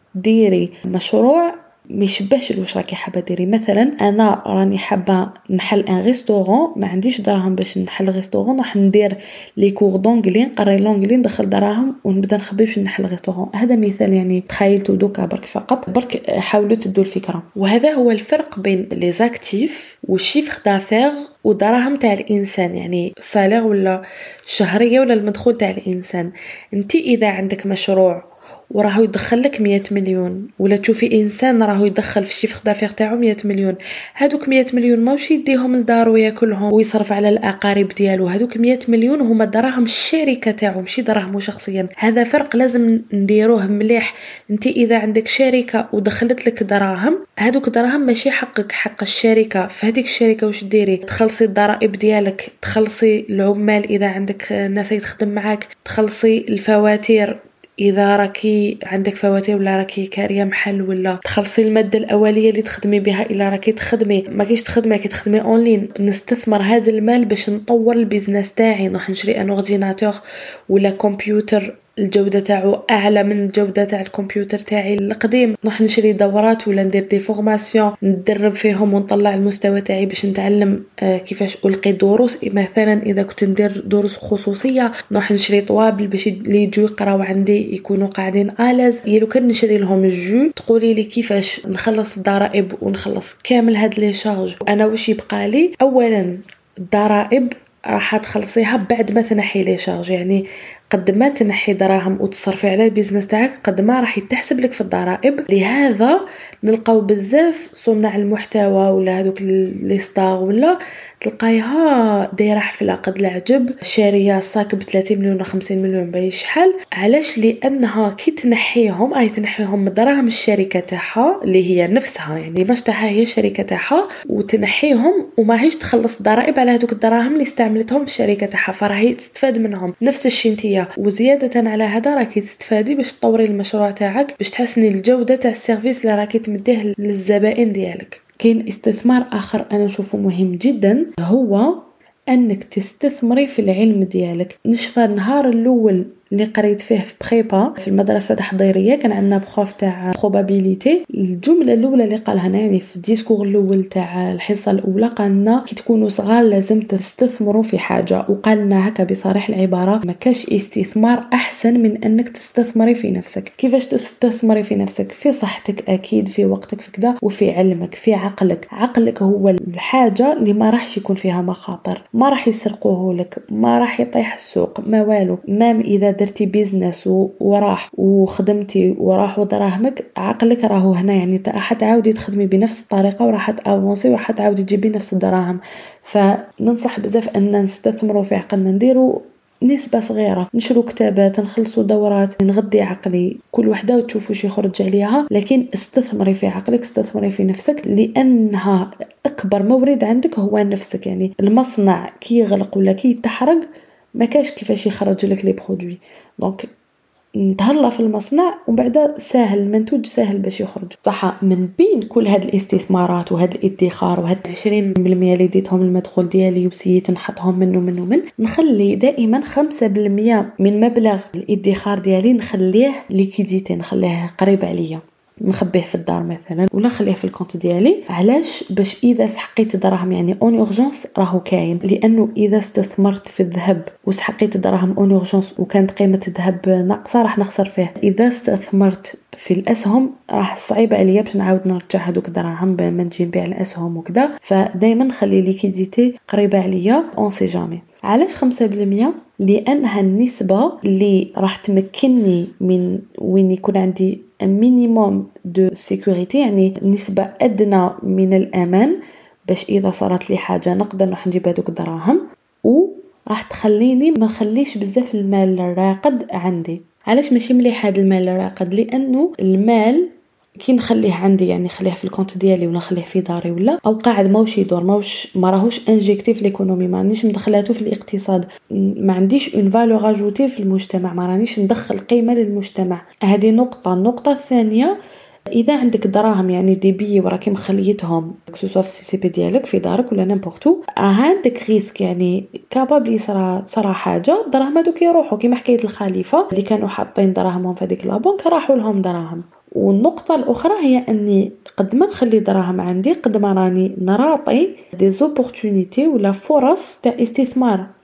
ديري مشروع ما يشبهش واش راكي حابه ديري. مثلا انا راني حابه نحل ان ريستورون، ما عنديش دراهم باش نحل ريستورون، راح ندير لي كور دونغلي نقري لونغلي ندخل دراهم ونبدا نخبي باش نحل ريستورون. هذا مثال يعني تخيلتوا دوكا برك فقط، برك حاولوا تدوا الفكره. وهذا هو الفرق بين لي زاكتيف والشيفر دافير ودراهم تاع الانسان، يعني صالير ولا شهريه ولا المدخول تاع الانسان. انت اذا عندك مشروع وراهو يدخل لك مية مليون، ولا تشوفي انسان راهو يدخل في الشيفر دافير تاعو مية مليون، هادوك مية مليون ماوش يديهم لدارو ياكلهم ويصرف على الاقارب ديالو، هادوك مية مليون هما دراهم الشركه تاعو ماشي دراهمو شخصيا. هذا فرق لازم نديروه مليح. انت اذا عندك شركه ودخلت لك دراهم، هادوك دراهم ماشي حقك، حق الشركه. فهديك الشركه واش ديري؟ تخلصي الضرائب ديالك، تخلصي العمال اذا عندك ناس يخدم معاك، تخلصي الفواتير اذا راكي عندك فواتير ولا راكي كاريه محل، ولا تخلصي الماده الاوليه اللي تخدمي بها الا راكي تخدمي. ما كيش تخدمي كي تخدمي اونلاين، نستثمر هذا المال باش نطور البيزنس تاعي، نروح نشري ان اورديناتور ولا كمبيوتر الجوده تاعو اعلى من الجوده تاع الكمبيوتر تاعي القديم، نروح نشري دورات ولا ندير دي فورماسيون ندرب فيهم ونطلع المستوى تاعي باش نتعلم آه كيفاش القي دروس. مثلا اذا كنت ندير دروس خصوصيه نروح نشري طوابل باش اللي يجوا يقراو عندي يكونوا قاعدين آلاز. يلو كان نشري لهم الجو، تقولي لي كيفاش نخلص الضرائب ونخلص كامل هاد لي شارج. انا واش يبقى لي؟ اولا الضرائب راح تخلصيها بعد ما تنحي لي شارج، يعني قد ما تنحي دراهم وتصرفي على البيزنس تاعك قد ما راح يتحسب لك في الضرائب. لهذا نلقاو بزاف صناع المحتوى ولا هذوك لي ستار ولا تلقايها دايره حفله قد العجب، شاريه صاك ب ثلاثين مليون و خمسين مليون باي شحال. علاش؟ لانها كي تنحيهم اي تنحيهم من دراهم الشركه تاعها اللي هي نفسها، يعني باش تاعها هي شركه تاعها، وتنحيهم وما هيش تخلص ضرائب على هذوك الدراهم اللي استعملتهم في الشركه تاعها، فراهي تستفاد منهم. نفس الشيء نتيا، وزياده على هذا راكي تستفادي باش تطوري المشروع تاعك، باش تحسني الجوده تاع السيرفيس اللي راكي تمديه للزبائن ديالك. كاين استثمار اخر انا نشوفه مهم جدا، هو انك تستثمري في العلم ديالك. نشفى النهار الاول اللي قريت فيه في بريبا في المدرسه التحضيريه، كان عندنا بروف تاع بروبابيليتي. الجمله الاولى اللي قالها لنا يعني في الديسكور الاول تاع الحصه الاولى، قال لنا كي تكونوا صغار لازم تستثمروا في حاجه، وقال لنا هكا بصريح العباره ما كاش استثمار احسن من انك تستثمري في نفسك. كيفاش تستثمري في نفسك؟ في صحتك اكيد، في وقتك، في كذا، وفي علمك، في عقلك. عقلك هو الحاجه اللي ما راحش يكون فيها مخاطر، ما راح يسرقوه لك، ما راح يطيح السوق، ما والو. مام اذا درتي بيزنس وراح وخدمتي وراح دراهمك، عقلك راهو هنا، يعني راح تعاودي تخدمي بنفس الطريقه وراح تافونسي وراح تعاودي تجيبي نفس الدراهم. فننصح بزاف ان نستثمروا في عقلنا، نديروا نسبة صغيرة، نشرو كتابات، نخلصوا دورات، نغذي عقلي، كل وحده وتشوفوا شي يخرج عليها. لكن استثمري في عقلك، استثمري في نفسك، لانها اكبر مورد عندك هو نفسك. يعني المصنع كي يغلق ولا كي يتحرق ما كاش كيفاش يخرج لك لي برودوي، دونك نتهلا في المصنع وبعد ساهل المنتوج ساهل باش يخرج. صح، من بين كل هاد الاستثمارات وهاد الادخار وهاد عشرين بالمية اللي ديتهم المدخول ديالي وسيت نحطهم منه منه من نخلي دائما خمسة بالمية من مبلغ الادخار ديالي نخليه ليكيديتي، نخليه قريب عليا، نخبيه في الدار مثلا ولا نخليه في الكونت ديالي. علاش؟ باش اذا سحقيت دراهم يعني اون اورجونس راهو كاين. لانه اذا استثمرت في الذهب وسحقيت دراهم اون اورجونس وكانت قيمه الذهب ناقصه راح نخسر فيه. اذا استثمرت في الاسهم راح صعيب عليا باش نعاود نرجع هذوك الدراهم ما نجي نبيع الاسهم وكذا. فدائما نخلي ليكيديتي قريبه عليا اون سي جامي. علاش خمسة بالمية؟ لانها النسبه اللي راح تمكنني من وين يكون عندي مينيموم دو سيكوريتي، يعني نسبه ادنى من الامان، باش اذا صارت لي حاجه نقدر نروح نجيب هذوك الدراهم، وراح تخليني ما نخليش بزاف المال الراقد عندي. علاش ماشي مليح هذا المال الراقد؟ لانه المال كي نخليه عندي، يعني نخليه في الكونت ديالي ولا نخليه في داري ولا او قاعد ماوش يدور، ماوش ما راهوش انجكتي في الايكونومي، ما رانيش مدخلاته في الاقتصاد، ما عنديش اون فالور اجوتي في المجتمع، ما رانيش ندخل قيمه للمجتمع. هذه نقطه. النقطه الثانيه، اذا عندك دراهم يعني دي بي وراكي مخليتهم كسوسوا في السي سي بي ديالك في دارك ولا نيمبورتو، راه عندك ريسك، يعني كابابل يصرا صرا حاجه دراهم هذوك يروحوا كيما حكايه الخليفه اللي كانوا حاطين دراهمهم في هذيك لابونك راحوا لهم دراهم. والنقطه الاخرى هي اني قد ما نخلي دراهم عندي قد ما راني نراطي دي زوبورتونيتي ولا فرص تاع استثمار.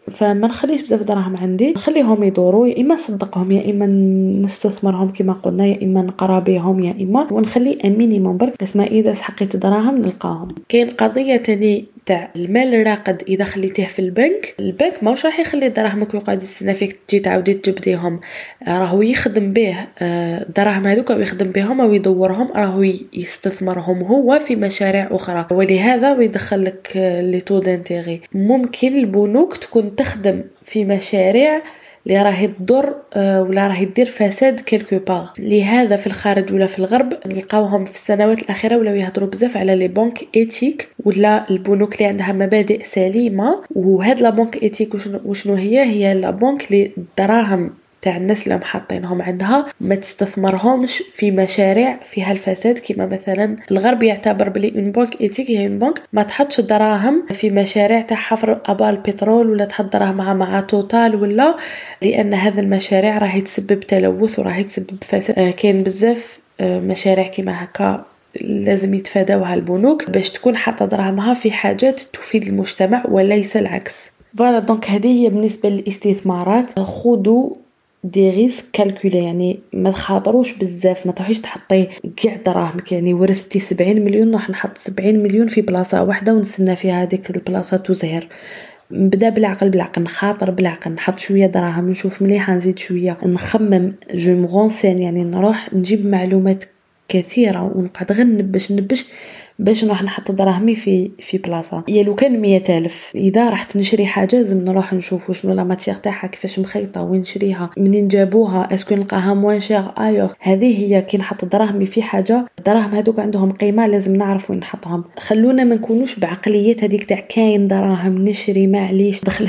فما نخليش بزاف دراهم عندي، نخليهم يدوروا، يا اما نصدقهم يا اما نستثمرهم كما قلنا، يا اما نقرا بهم، يا اما ونخلي مينيموم برك اسمع اذا سحقيت دراهم نلقاهم. كاين قضيه تاني تاع المال الراقد، اذا خليتيه في البنك، البنك ماش راح يخلي دراهمك ويقعد يستنى فيك تجي تعاودي تجبديهم، راهو يخدم به الدراهم هذوك ويخدم بهم ويدورهم، راهو يستثمرهم هو في مشاريع اخرى، ولهذا ويدخل لك لي تو دانتيغي. ممكن البنوك تكون تخدم في مشاريع اللي راهي تضر ولا راهي تدير فساد كيلكو باغ. لهذا في الخارج ولا في الغرب نلقاوهم في السنوات الاخيره ولاو يهضروا بزاف على لي بنك ايتيك ولا البنوك اللي عندها مبادئ سليمه. وهاد لا بنك ايتيك وشنو هي؟ هي لا بنك اللي الدراهم تاع الناس اللي محطينهم عندها ما تستثمرهمش في مشاريع فيها الفساد. كما مثلا الغرب يعتبر بلي اون بنك ايتيك هي اون بنك ما تحطش دراهم في مشاريع تاع حفر ابار البترول ولا تحط دراهم مع مع توتال، ولا لان هذا المشاريع راهي تسبب تلوث وراهي تسبب فساد. آه كاين بزاف آه مشاريع كما هكا لازم يتفادوها البنوك باش تكون حاطه دراهمها في حاجات تفيد المجتمع وليس العكس. فوالا دونك هذه هي بالنسبه للاستثمارات. خذوا دي ريسك كالكولي، يعني ما تخاطروش بزاف، ما تروحيش تحطي كاع دراهمك. يعني ورثتي سبعين مليون راح نحط سبعين مليون في بلاصه واحده ونستنى فيها هذيك البلاصه تزهر. نبدا بالعقل بالعقل، نخاطر بالعقل، نحط شويه دراهم، نشوف مليحه، نزيد شويه، نخمم، جو مغونسين، يعني نروح نجيب معلومات كثيره ونقعد غير نبش نبش باش نروح نحط دراهمي في في بلاصه. يا لو كان مية ألف اذا رحت نشري حاجه لازم نروح نشوف شنو لا ماتيير تاعها، كيفاش مخيطه، وين نشريها، منين جابوها، اسكو نلقاها موان شير ايور. هذه هي كي نحط دراهمي في حاجه، الدراهم هذوك عندهم قيمه لازم نعرف وين نحطهم. خلونا ما نكونوش بعقليه هذيك تاع كاين دراهم نشري معليش دخل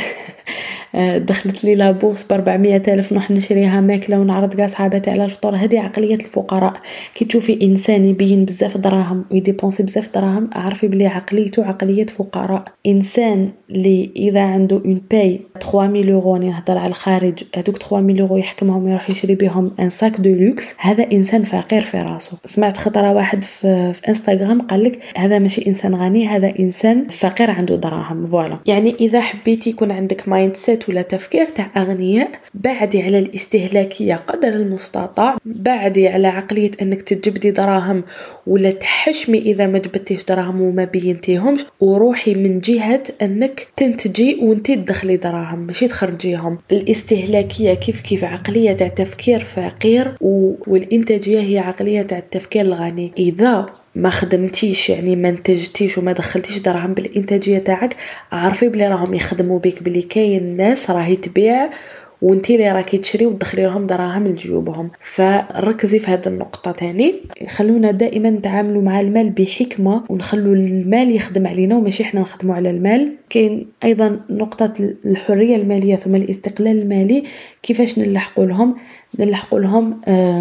دخلت لي لابورس ب أربعمية ألف نروح نشريها ماكله ونعرض كاع صحاباتي على الفطور. هذه عقليه الفقراء. كي تشوفي انسان يبين بزاف دراهم ويديبونسي بزاف دراهم اعرفي بلي عقليته عقليه فقراء. انسان اللي اذا عنده اون باي ثلاثة مية يورو، نهضر على الخارج، هذوك ثلاثة مية يورو يحكمهم يروح يشري بهم ان ساك دو لوكس، هذا انسان فقير في راسه. سمعت خطره واحد في, في انستغرام قال لك هذا ماشي انسان غني، هذا انسان فقير عنده دراهم. فوالا يعني اذا حبيتي يكون عندك مايند سيت ولا تفكير تاع اغنياء، بعدي على الاستهلاكيه قدر المستطاع، بعدي على عقليه انك تجبدي دراهم ولا تحشمي اذا ما جبدتيش دراهم وما بينتيهمش، وروحي من جهه انك تنتجي وانتي تدخلي دراهم ماشي تخرجيهم. الاستهلاكيه كيف كيف عقليه تاع تفكير فقير، والانتاجيه هي عقليه تاع التفكير الغني. اذا ما خدمتيش يعني ما انتجتيش وما دخلتيش دراهم بالانتاجيه تاعك، عارفي بلي راهم يخدموا بك، بلي كاين ناس راهي تبيع وانتي اللي راكي تشري وتدخلي لهم دراهم لجيوبهم. فركزي في هذه النقطه تاني. خلونا دائما نتعاملوا مع المال بحكمه ونخلوا المال يخدم علينا وماشي احنا نخدموا على المال. كاين ايضا نقطه الحريه الماليه ثم الاستقلال المالي. كيفاش نلحقوا لهم؟ نلحقوا لهم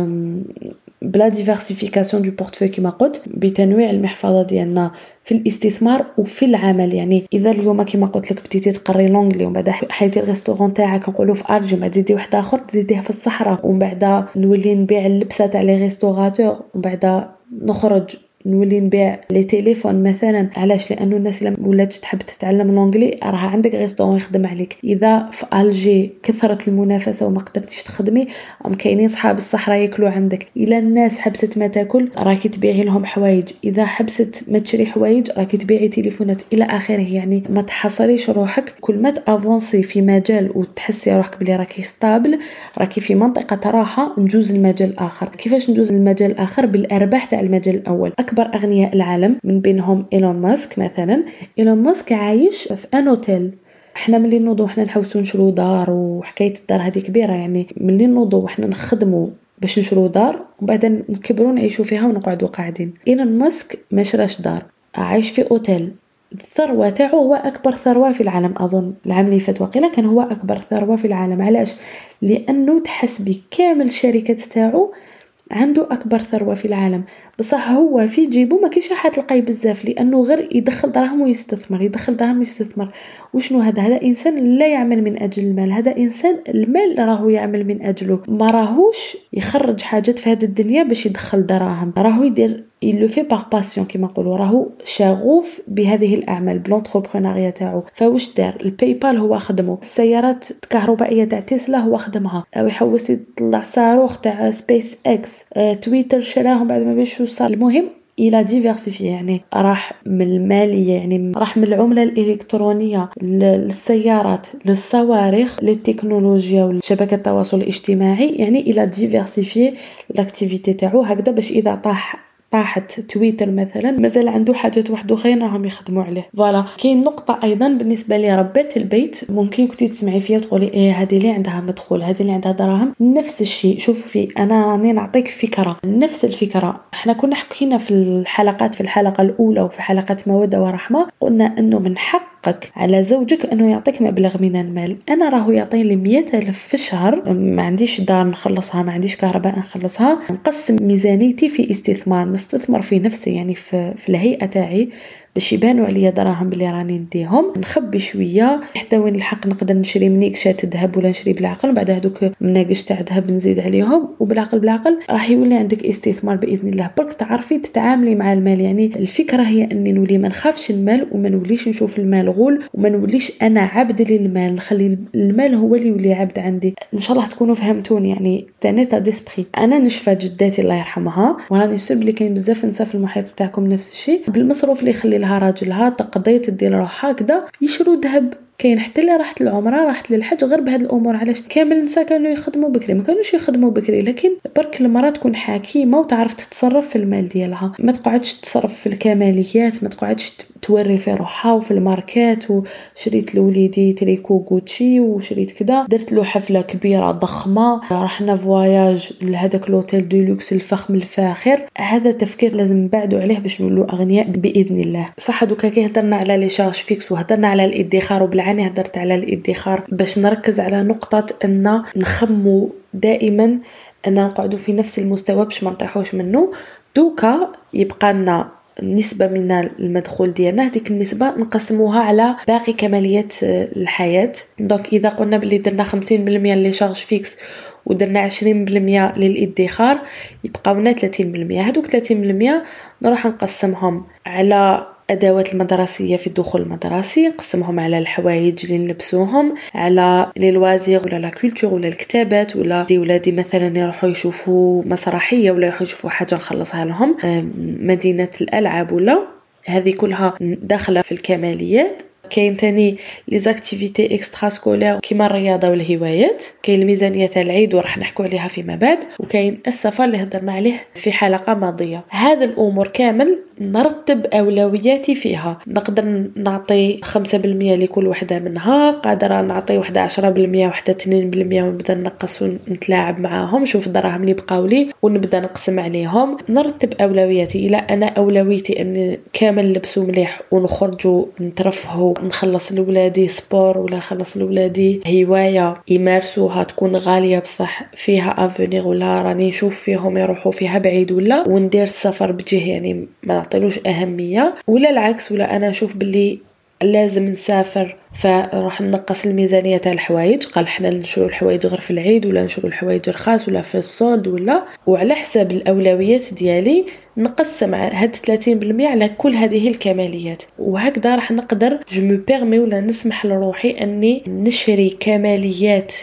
بلا ديفيرسيفيكاسيون دو بورتفوي كما قلت، بتنويع المحفظه ديالنا في الاستثمار وفي العمل. يعني اذا اليوم كما قلت لك بديتي تقري لونجلي ومن بعد حيدي الريستورون تاعك نقولوا في ارجي، بعد تزيدي واحد اخر تزيديه في الصحراء، ومن بعد نولي نبيع اللبسه تاع لي ريستوراتور، ومن بعد نخرج نولي نبيع لي تليفون مثلا. علاش؟ لانه الناس اللي ولات تحب تتعلم لونجلي راه عندك ريستورون يخدم عليك. اذا في الجي كثرت المنافسه وما قدرتيش تخدمي، ام كاينين صحاب الصحراء ياكلوا عندك. الا الناس حبست ما تاكل راكي تبيعي لهم حوايج، اذا حبست ما تشري حوايج راكي تبيعي تليفونات الى اخره. يعني ما تحصريش روحك، كل ما تافونسي في مجال وتحسي روحك بلي راكي ستابل، راكي في منطقه راحه، نجوز المجال الاخر. كيفاش نجوز المجال الاخر؟ بالارباح تاع المجال الاول. أكبر أغنياء العالم من بينهم إيلون ماسك مثلا. إيلون ماسك عايش في ان اوتيل. احنا ملي نوضو احنا نحوسو نشرو دار، وحكاية الدار هذه كبيرة، يعني ملي نوضو احنا نخدمو باش نشرو دار وبعدين نكبرو نعيشو فيها ونقعدو قاعدين. إيلون ماسك ما شراش دار، عايش في اوتيل. الثروة تاعو هو أكبر ثروة في العالم. أظن العام اللي فات وقيلا كان هو أكبر ثروة في العالم. علاش؟ لأنه تحسبي كامل الشركات تاعو عنده أكبر ثروة في العالم، بصح هو في جيبه ما كاينش راح تلقاي بزاف، لأنه غير يدخل دراهم ويستثمر، يدخل دراهم ويستثمر. وشنو هذا؟ هذا إنسان لا يعمل من أجل المال، هذا إنسان المال راهو يعمل من أجله. ما راهوش يخرج حاجات في هذه الدنيا باش يدخل دراهم، راهو يدير il le fait par passion كما نقولوا، راهو شغوف بهذه الاعمال بلونتربرونيا تاعو. فواش دار؟ الباي بال هو خدمه، السيارات الكهربائيه تاع تسلا هو خدمها، او يحوس يطلع صاروخ تاع سبيس اكس، أه تويتر شراهم بعد ما بيشو صار. المهم الى ديفيرسيفي، يعني راح من الماليه، يعني راح من العمله الالكترونيه للسيارات للصواريخ للتكنولوجيا وشبكه التواصل الاجتماعي، يعني الى ديفيرسيفي لاكتيفيتي تاعو هكذا، باش اذا طاح طاحت تويتر مثلا مازال عنده حاجات واحده اخرين راهم يخدموا عليه. فوالا كاين نقطه ايضا بالنسبه لي ربات البيت، ممكن كنتي تسمعي فيها تقولي ايه هذه اللي عندها مدخول، هذه اللي عندها دراهم. نفس الشيء، شوفي انا راني نعطيك فكره، نفس الفكره. احنا كنا حكينا في الحلقات، في الحلقه الاولى وفي حلقه موده ورحمه، قلنا انه من حقك على زوجك انه يعطيك مبلغ من المال. انا راهو يعطيني مية ألف في الشهر، ما عنديش دار نخلصها، ما عنديش كهرباء نخلصها، نقسم ميزانيتي في استثمار، نستثمر في نفسي، يعني في, في الهيئه تاعي، باش يبانوا عليا دراهم بلي راني نديهم، نخبي شويه حتى وين الحق نقدر نشري منيكشات ذهب ولا نشري بالعقل، بعد هذوك مناقش تاع ذهب نزيد عليهم، وبالعقل بالعقل راح يولي عندك استثمار باذن الله. برك تعرفي تتعاملي مع المال. يعني الفكره هي اني نولي ما نخافش المال، وما نوليش نشوف المال غول، وما نوليش انا عبد للمال، نخلي المال هو اللي يولي عبد عندي. ان شاء الله تكونوا فهمتوني. يعني تانيتا ديسبري. انا نشفى جداتي الله يرحمها، وراني سور بلي كاين بزاف نساء في المحيط تاعكم نفس الشيء، بالمصروف اللي يخلي لها راجلها تقضيت تدير روحها هكذا يشروا ذهب. كاين حتى اللي راحت العمره، راحت للحج غير بهاد الامور. علاش؟ كامل النساء كانوا يخدموا بكري، ما كانوش يخدموا بكري، لكن برك المراه تكون حكيمه وتعرف تتصرف في المال ديالها، ما تقعدش تصرف في الكماليات، ما تقعدش توري في روحها وفي الماركات، وشريت لوليدي تريكو غوتشي وشريت كذا، درت له حفله كبيره ضخمه، رحنا فواياج لهذاك لوتيل دولوكس الفخم الفاخر. هذا تفكير لازم نبعدوا عليه باش نولوا اغنياء باذن الله. صح دوكا كي هضرنا على لي شارج فيكس وهضرنا على الادخار، وبالعاني هضرت على الادخار باش نركز على نقطه ان نخمو دائما ان نقعدوا في نفس المستوى باش ما نطيحوش منه. دوكا يبقى لنا نسبة من المدخول ديالنا، هذيك النسبة نقسموها على باقي كماليات الحياة. دونك إذا قلنا بلي درنا خمسين بالمية اللي شارج فيكس ودرنا عشرين بالمية للإدخار، يبقاونا ثلاثين بالمية. هذوك ثلاثين بالمية نروح نقسمهم على أدوات المدرسية في الدخول المدرسي، نقسمهم على الحوايج اللي نلبسوهم، على لي لوازير ولا لا كولتور ولا الكتابات، ولا دي ولادي مثلا يروحوا يشوفوا مسرحية ولا يروحوا يشوفوا حاجة نخلصها لهم، مدينة الألعاب، ولا هذه كلها داخلة في الكماليات. كاين تاني لي زاكتيفيتي اكسترا سكولير كيما الرياضه والهوايات، كاين الميزانيه تاع العيد وراح نحكوا عليها فيما بعد، وكاين السفر اللي هضرنا عليه في حلقه ماضيه. هذا الامور كامل نرتب اولوياتي فيها. نقدر نعطي خمسة بالمية لكل وحده منها، قادره نعطي وحده عشرة بالمية، وحده اثنين بالمية، ونبدا نقص ونتلاعب معاهم، نشوف الدراهم اللي بقاو لي ونبدا نقسم عليهم. نرتب اولوياتي. الى انا اولويتي ان كامل نلبسوا مليح ونخرجوا نترفهوا، نخلص لولادي سبور ولا نخلص لولادي هوايه يمارسوها تكون غاليه بصح فيها افونير، ولا راني نشوف فيهم يروحوا فيها بعيد، ولا وندير السفر بجهه يعني ما نعطيلوش اهميه، ولا العكس، ولا انا اشوف باللي لازم نسافر فراح نقص الميزانيه تاع الحوايج. قال حنا نشرو الحوايج غير في العيد، ولا نشرو الحوايج رخاص ولا في الصولد، ولا وعلى حساب الاولويات ديالي نقسم هاد ثلاثين بالمية على كل هذه الكماليات. وهكذا راح نقدر جو مو بيرمي ولا نسمح لروحي اني نشري كماليات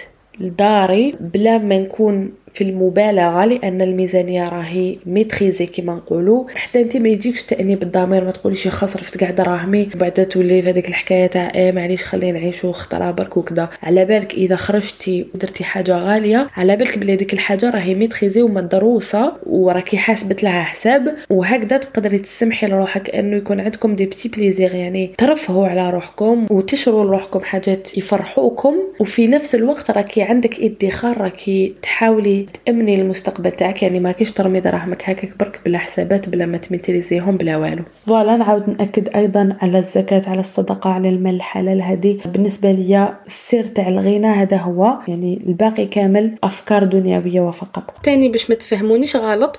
لداري بلا ما نكون في المبالغه، لان الميزانيه راهي ميتريزي كما نقولوا. حتى انت ما يجيكش تانيب الضمير، ما تقوليش خسرت كاع دراهمي وبعد تولي في هذيك الحكايه تاع ايه معليش خلينا نعيشوا خطره برك وكذا. على بالك اذا خرجتي ودرتي حاجه غاليه، على بالك بلي ديك الحاجه راهي ميتريزي ومدروسه وراكي حاسبت لها حساب، وهكذا تقدري تسمحي لروحك انه يكون عندكم دي بتي بليزير، يعني ترفهوا على روحكم وتشروا لروحكم حاجات يفرحوكم، وفي نفس الوقت راكي عندك ادخار، راكي تحاولي تأمني المستقبل تاعك، يعني ما كيش ترمي دراهمك هكاك برك بلا حسابات بلا ما تميتريزيهم بلا والو. فوالا نعاود نأكد ايضا على الزكاة، على الصدقة، على المال الحلال. هذه بالنسبة لي السر تاع الغنى، هذا هو. يعني الباقي كامل افكار دنيوية وفقط. تاني باش ما تفهمونيش غلط،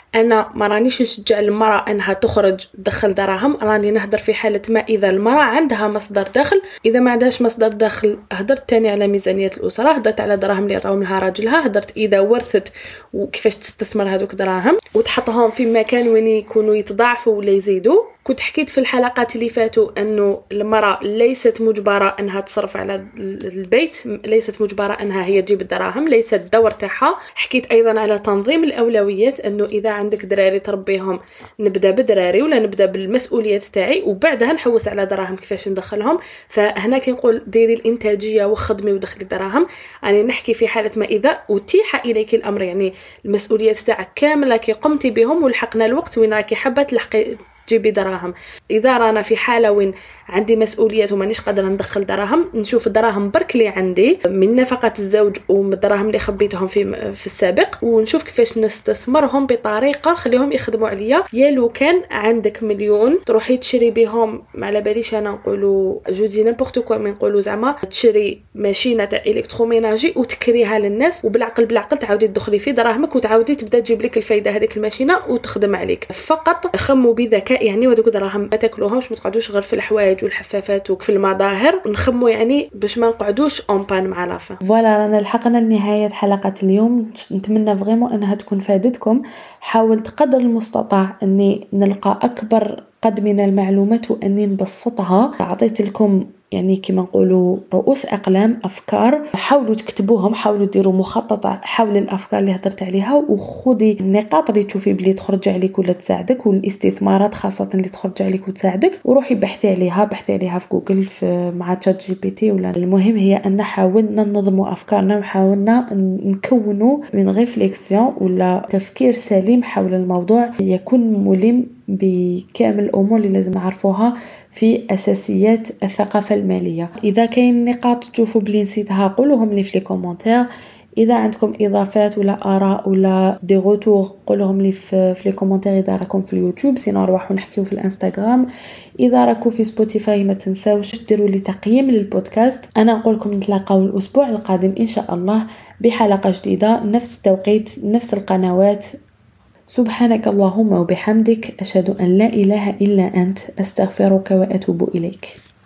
انا ما رانيش نشجع المراه انها تخرج تدخل دراهم، راني نهضر في حاله ما اذا المراه عندها مصدر دخل. اذا ما عندهاش مصدر دخل هضرت تاني على ميزانيه الاسره، هضرت على دراهم اللي يعطيهم لها راجلها، هضرت اذا ورثت وكيفاش تستثمر هذوك دراهم وتحطهم في مكان وين يكونوا يتضاعفوا ولا يزيدوا. كنت حكيت في الحلقات اللي فاتوا انه المراه ليست مجبره انها تصرف على البيت، ليست مجبره انها هي تجيب الدراهم، ليس الدور تاعها. حكيت ايضا على تنظيم الاولويات، انه اذا عندك دراري تربيهم نبدا بدراري ولا نبدا بالمسؤوليات تاعي وبعدها نحوس على دراهم كيفاش ندخلهم. فهنا كنقول ديري الانتاجيه وخدمي ودخلي الدراهم. يعني نحكي في حاله ما اذا اتيح اليك الامر، يعني المسؤوليات تاعك كامله كي قمتي بهم ولحقنا الوقت وين راكي حابه تلحقي تجيبي دراهم. اذا رانا في حاله وين عندي مسؤوليات ومانيش قادره ندخل دراهم، نشوف الدراهم برك اللي عندي من نفقه الزوج ومن الدراهم اللي خبيتهم في في السابق، ونشوف كيفاش نستثمرهم بطريقه خليهم يخدموا عليا. يا لو كان عندك مليون تروحي تشري بهم، ما على باليش انا نقولوا جودي نيمبورت كو من نقولوا زعما تشري ماشينه تاع الكتروميناجي وتكريها للناس، وبالعقل بالعقل تعاودي تدخلي في دراهمك وتعاودي تبدا تجيب لك الفايده هذيك الماشينه وتخدم عليك. فقط خموا بذكاء يعني، وهذوك دراهم ما تاكلوهمش، ما تقعدوش غير في الحوايج والحفافات وفي المظاهر، نخموا يعني باش ما نقعدوش اون بان مع لافا. فوالا رانا لحقنا لنهايه حلقه اليوم. نتمنى فريمون انها تكون فادتكم. حاولت قدر المستطاع اني نلقى اكبر قد من المعلومات واني نبسطها. عطيت لكم يعني كما نقولوا رؤوس اقلام، افكار، حاولوا تكتبوهم، حاولوا ديروا مخطط حول الافكار اللي هضرت عليها، وخذي النقاط اللي تشوفي بلي تخرج عليك ولا تساعدك، والاستثمارات خاصه اللي تخرج عليك وتساعدك، وروحي بحثي عليها بحثي عليها في جوجل في مع تشات جي بي تي. ولا المهم هي ان حاولنا ننظموا افكارنا وحاولنا نكونوا من ريفليكسيون ولا تفكير سليم حول الموضوع يكون ملم بكامل الأمور اللي لازم نعرفوها في أساسيات الثقافة المالية. إذا كاين نقاط تشوفوا بلي نسيتها قولوهم لي في لي كومنتير. إذا عندكم إضافات ولا آراء ولا دي غوتور قولوهم لي في لي كومنتير. إذا راكم في اليوتيوب سينو نروحوا نحكيو في الانستغرام. إذا راكم في سبوتيفاي ما تنساوش ديروا لي تقييم للبودكاست. أنا نقول لكم نتلاقاو الأسبوع القادم إن شاء الله بحلقة جديدة، نفس التوقيت نفس القنوات. سبحانك اللهم وبحمدك، أشهد أن لا إله إلا أنت، أستغفرك وأتوب إليك.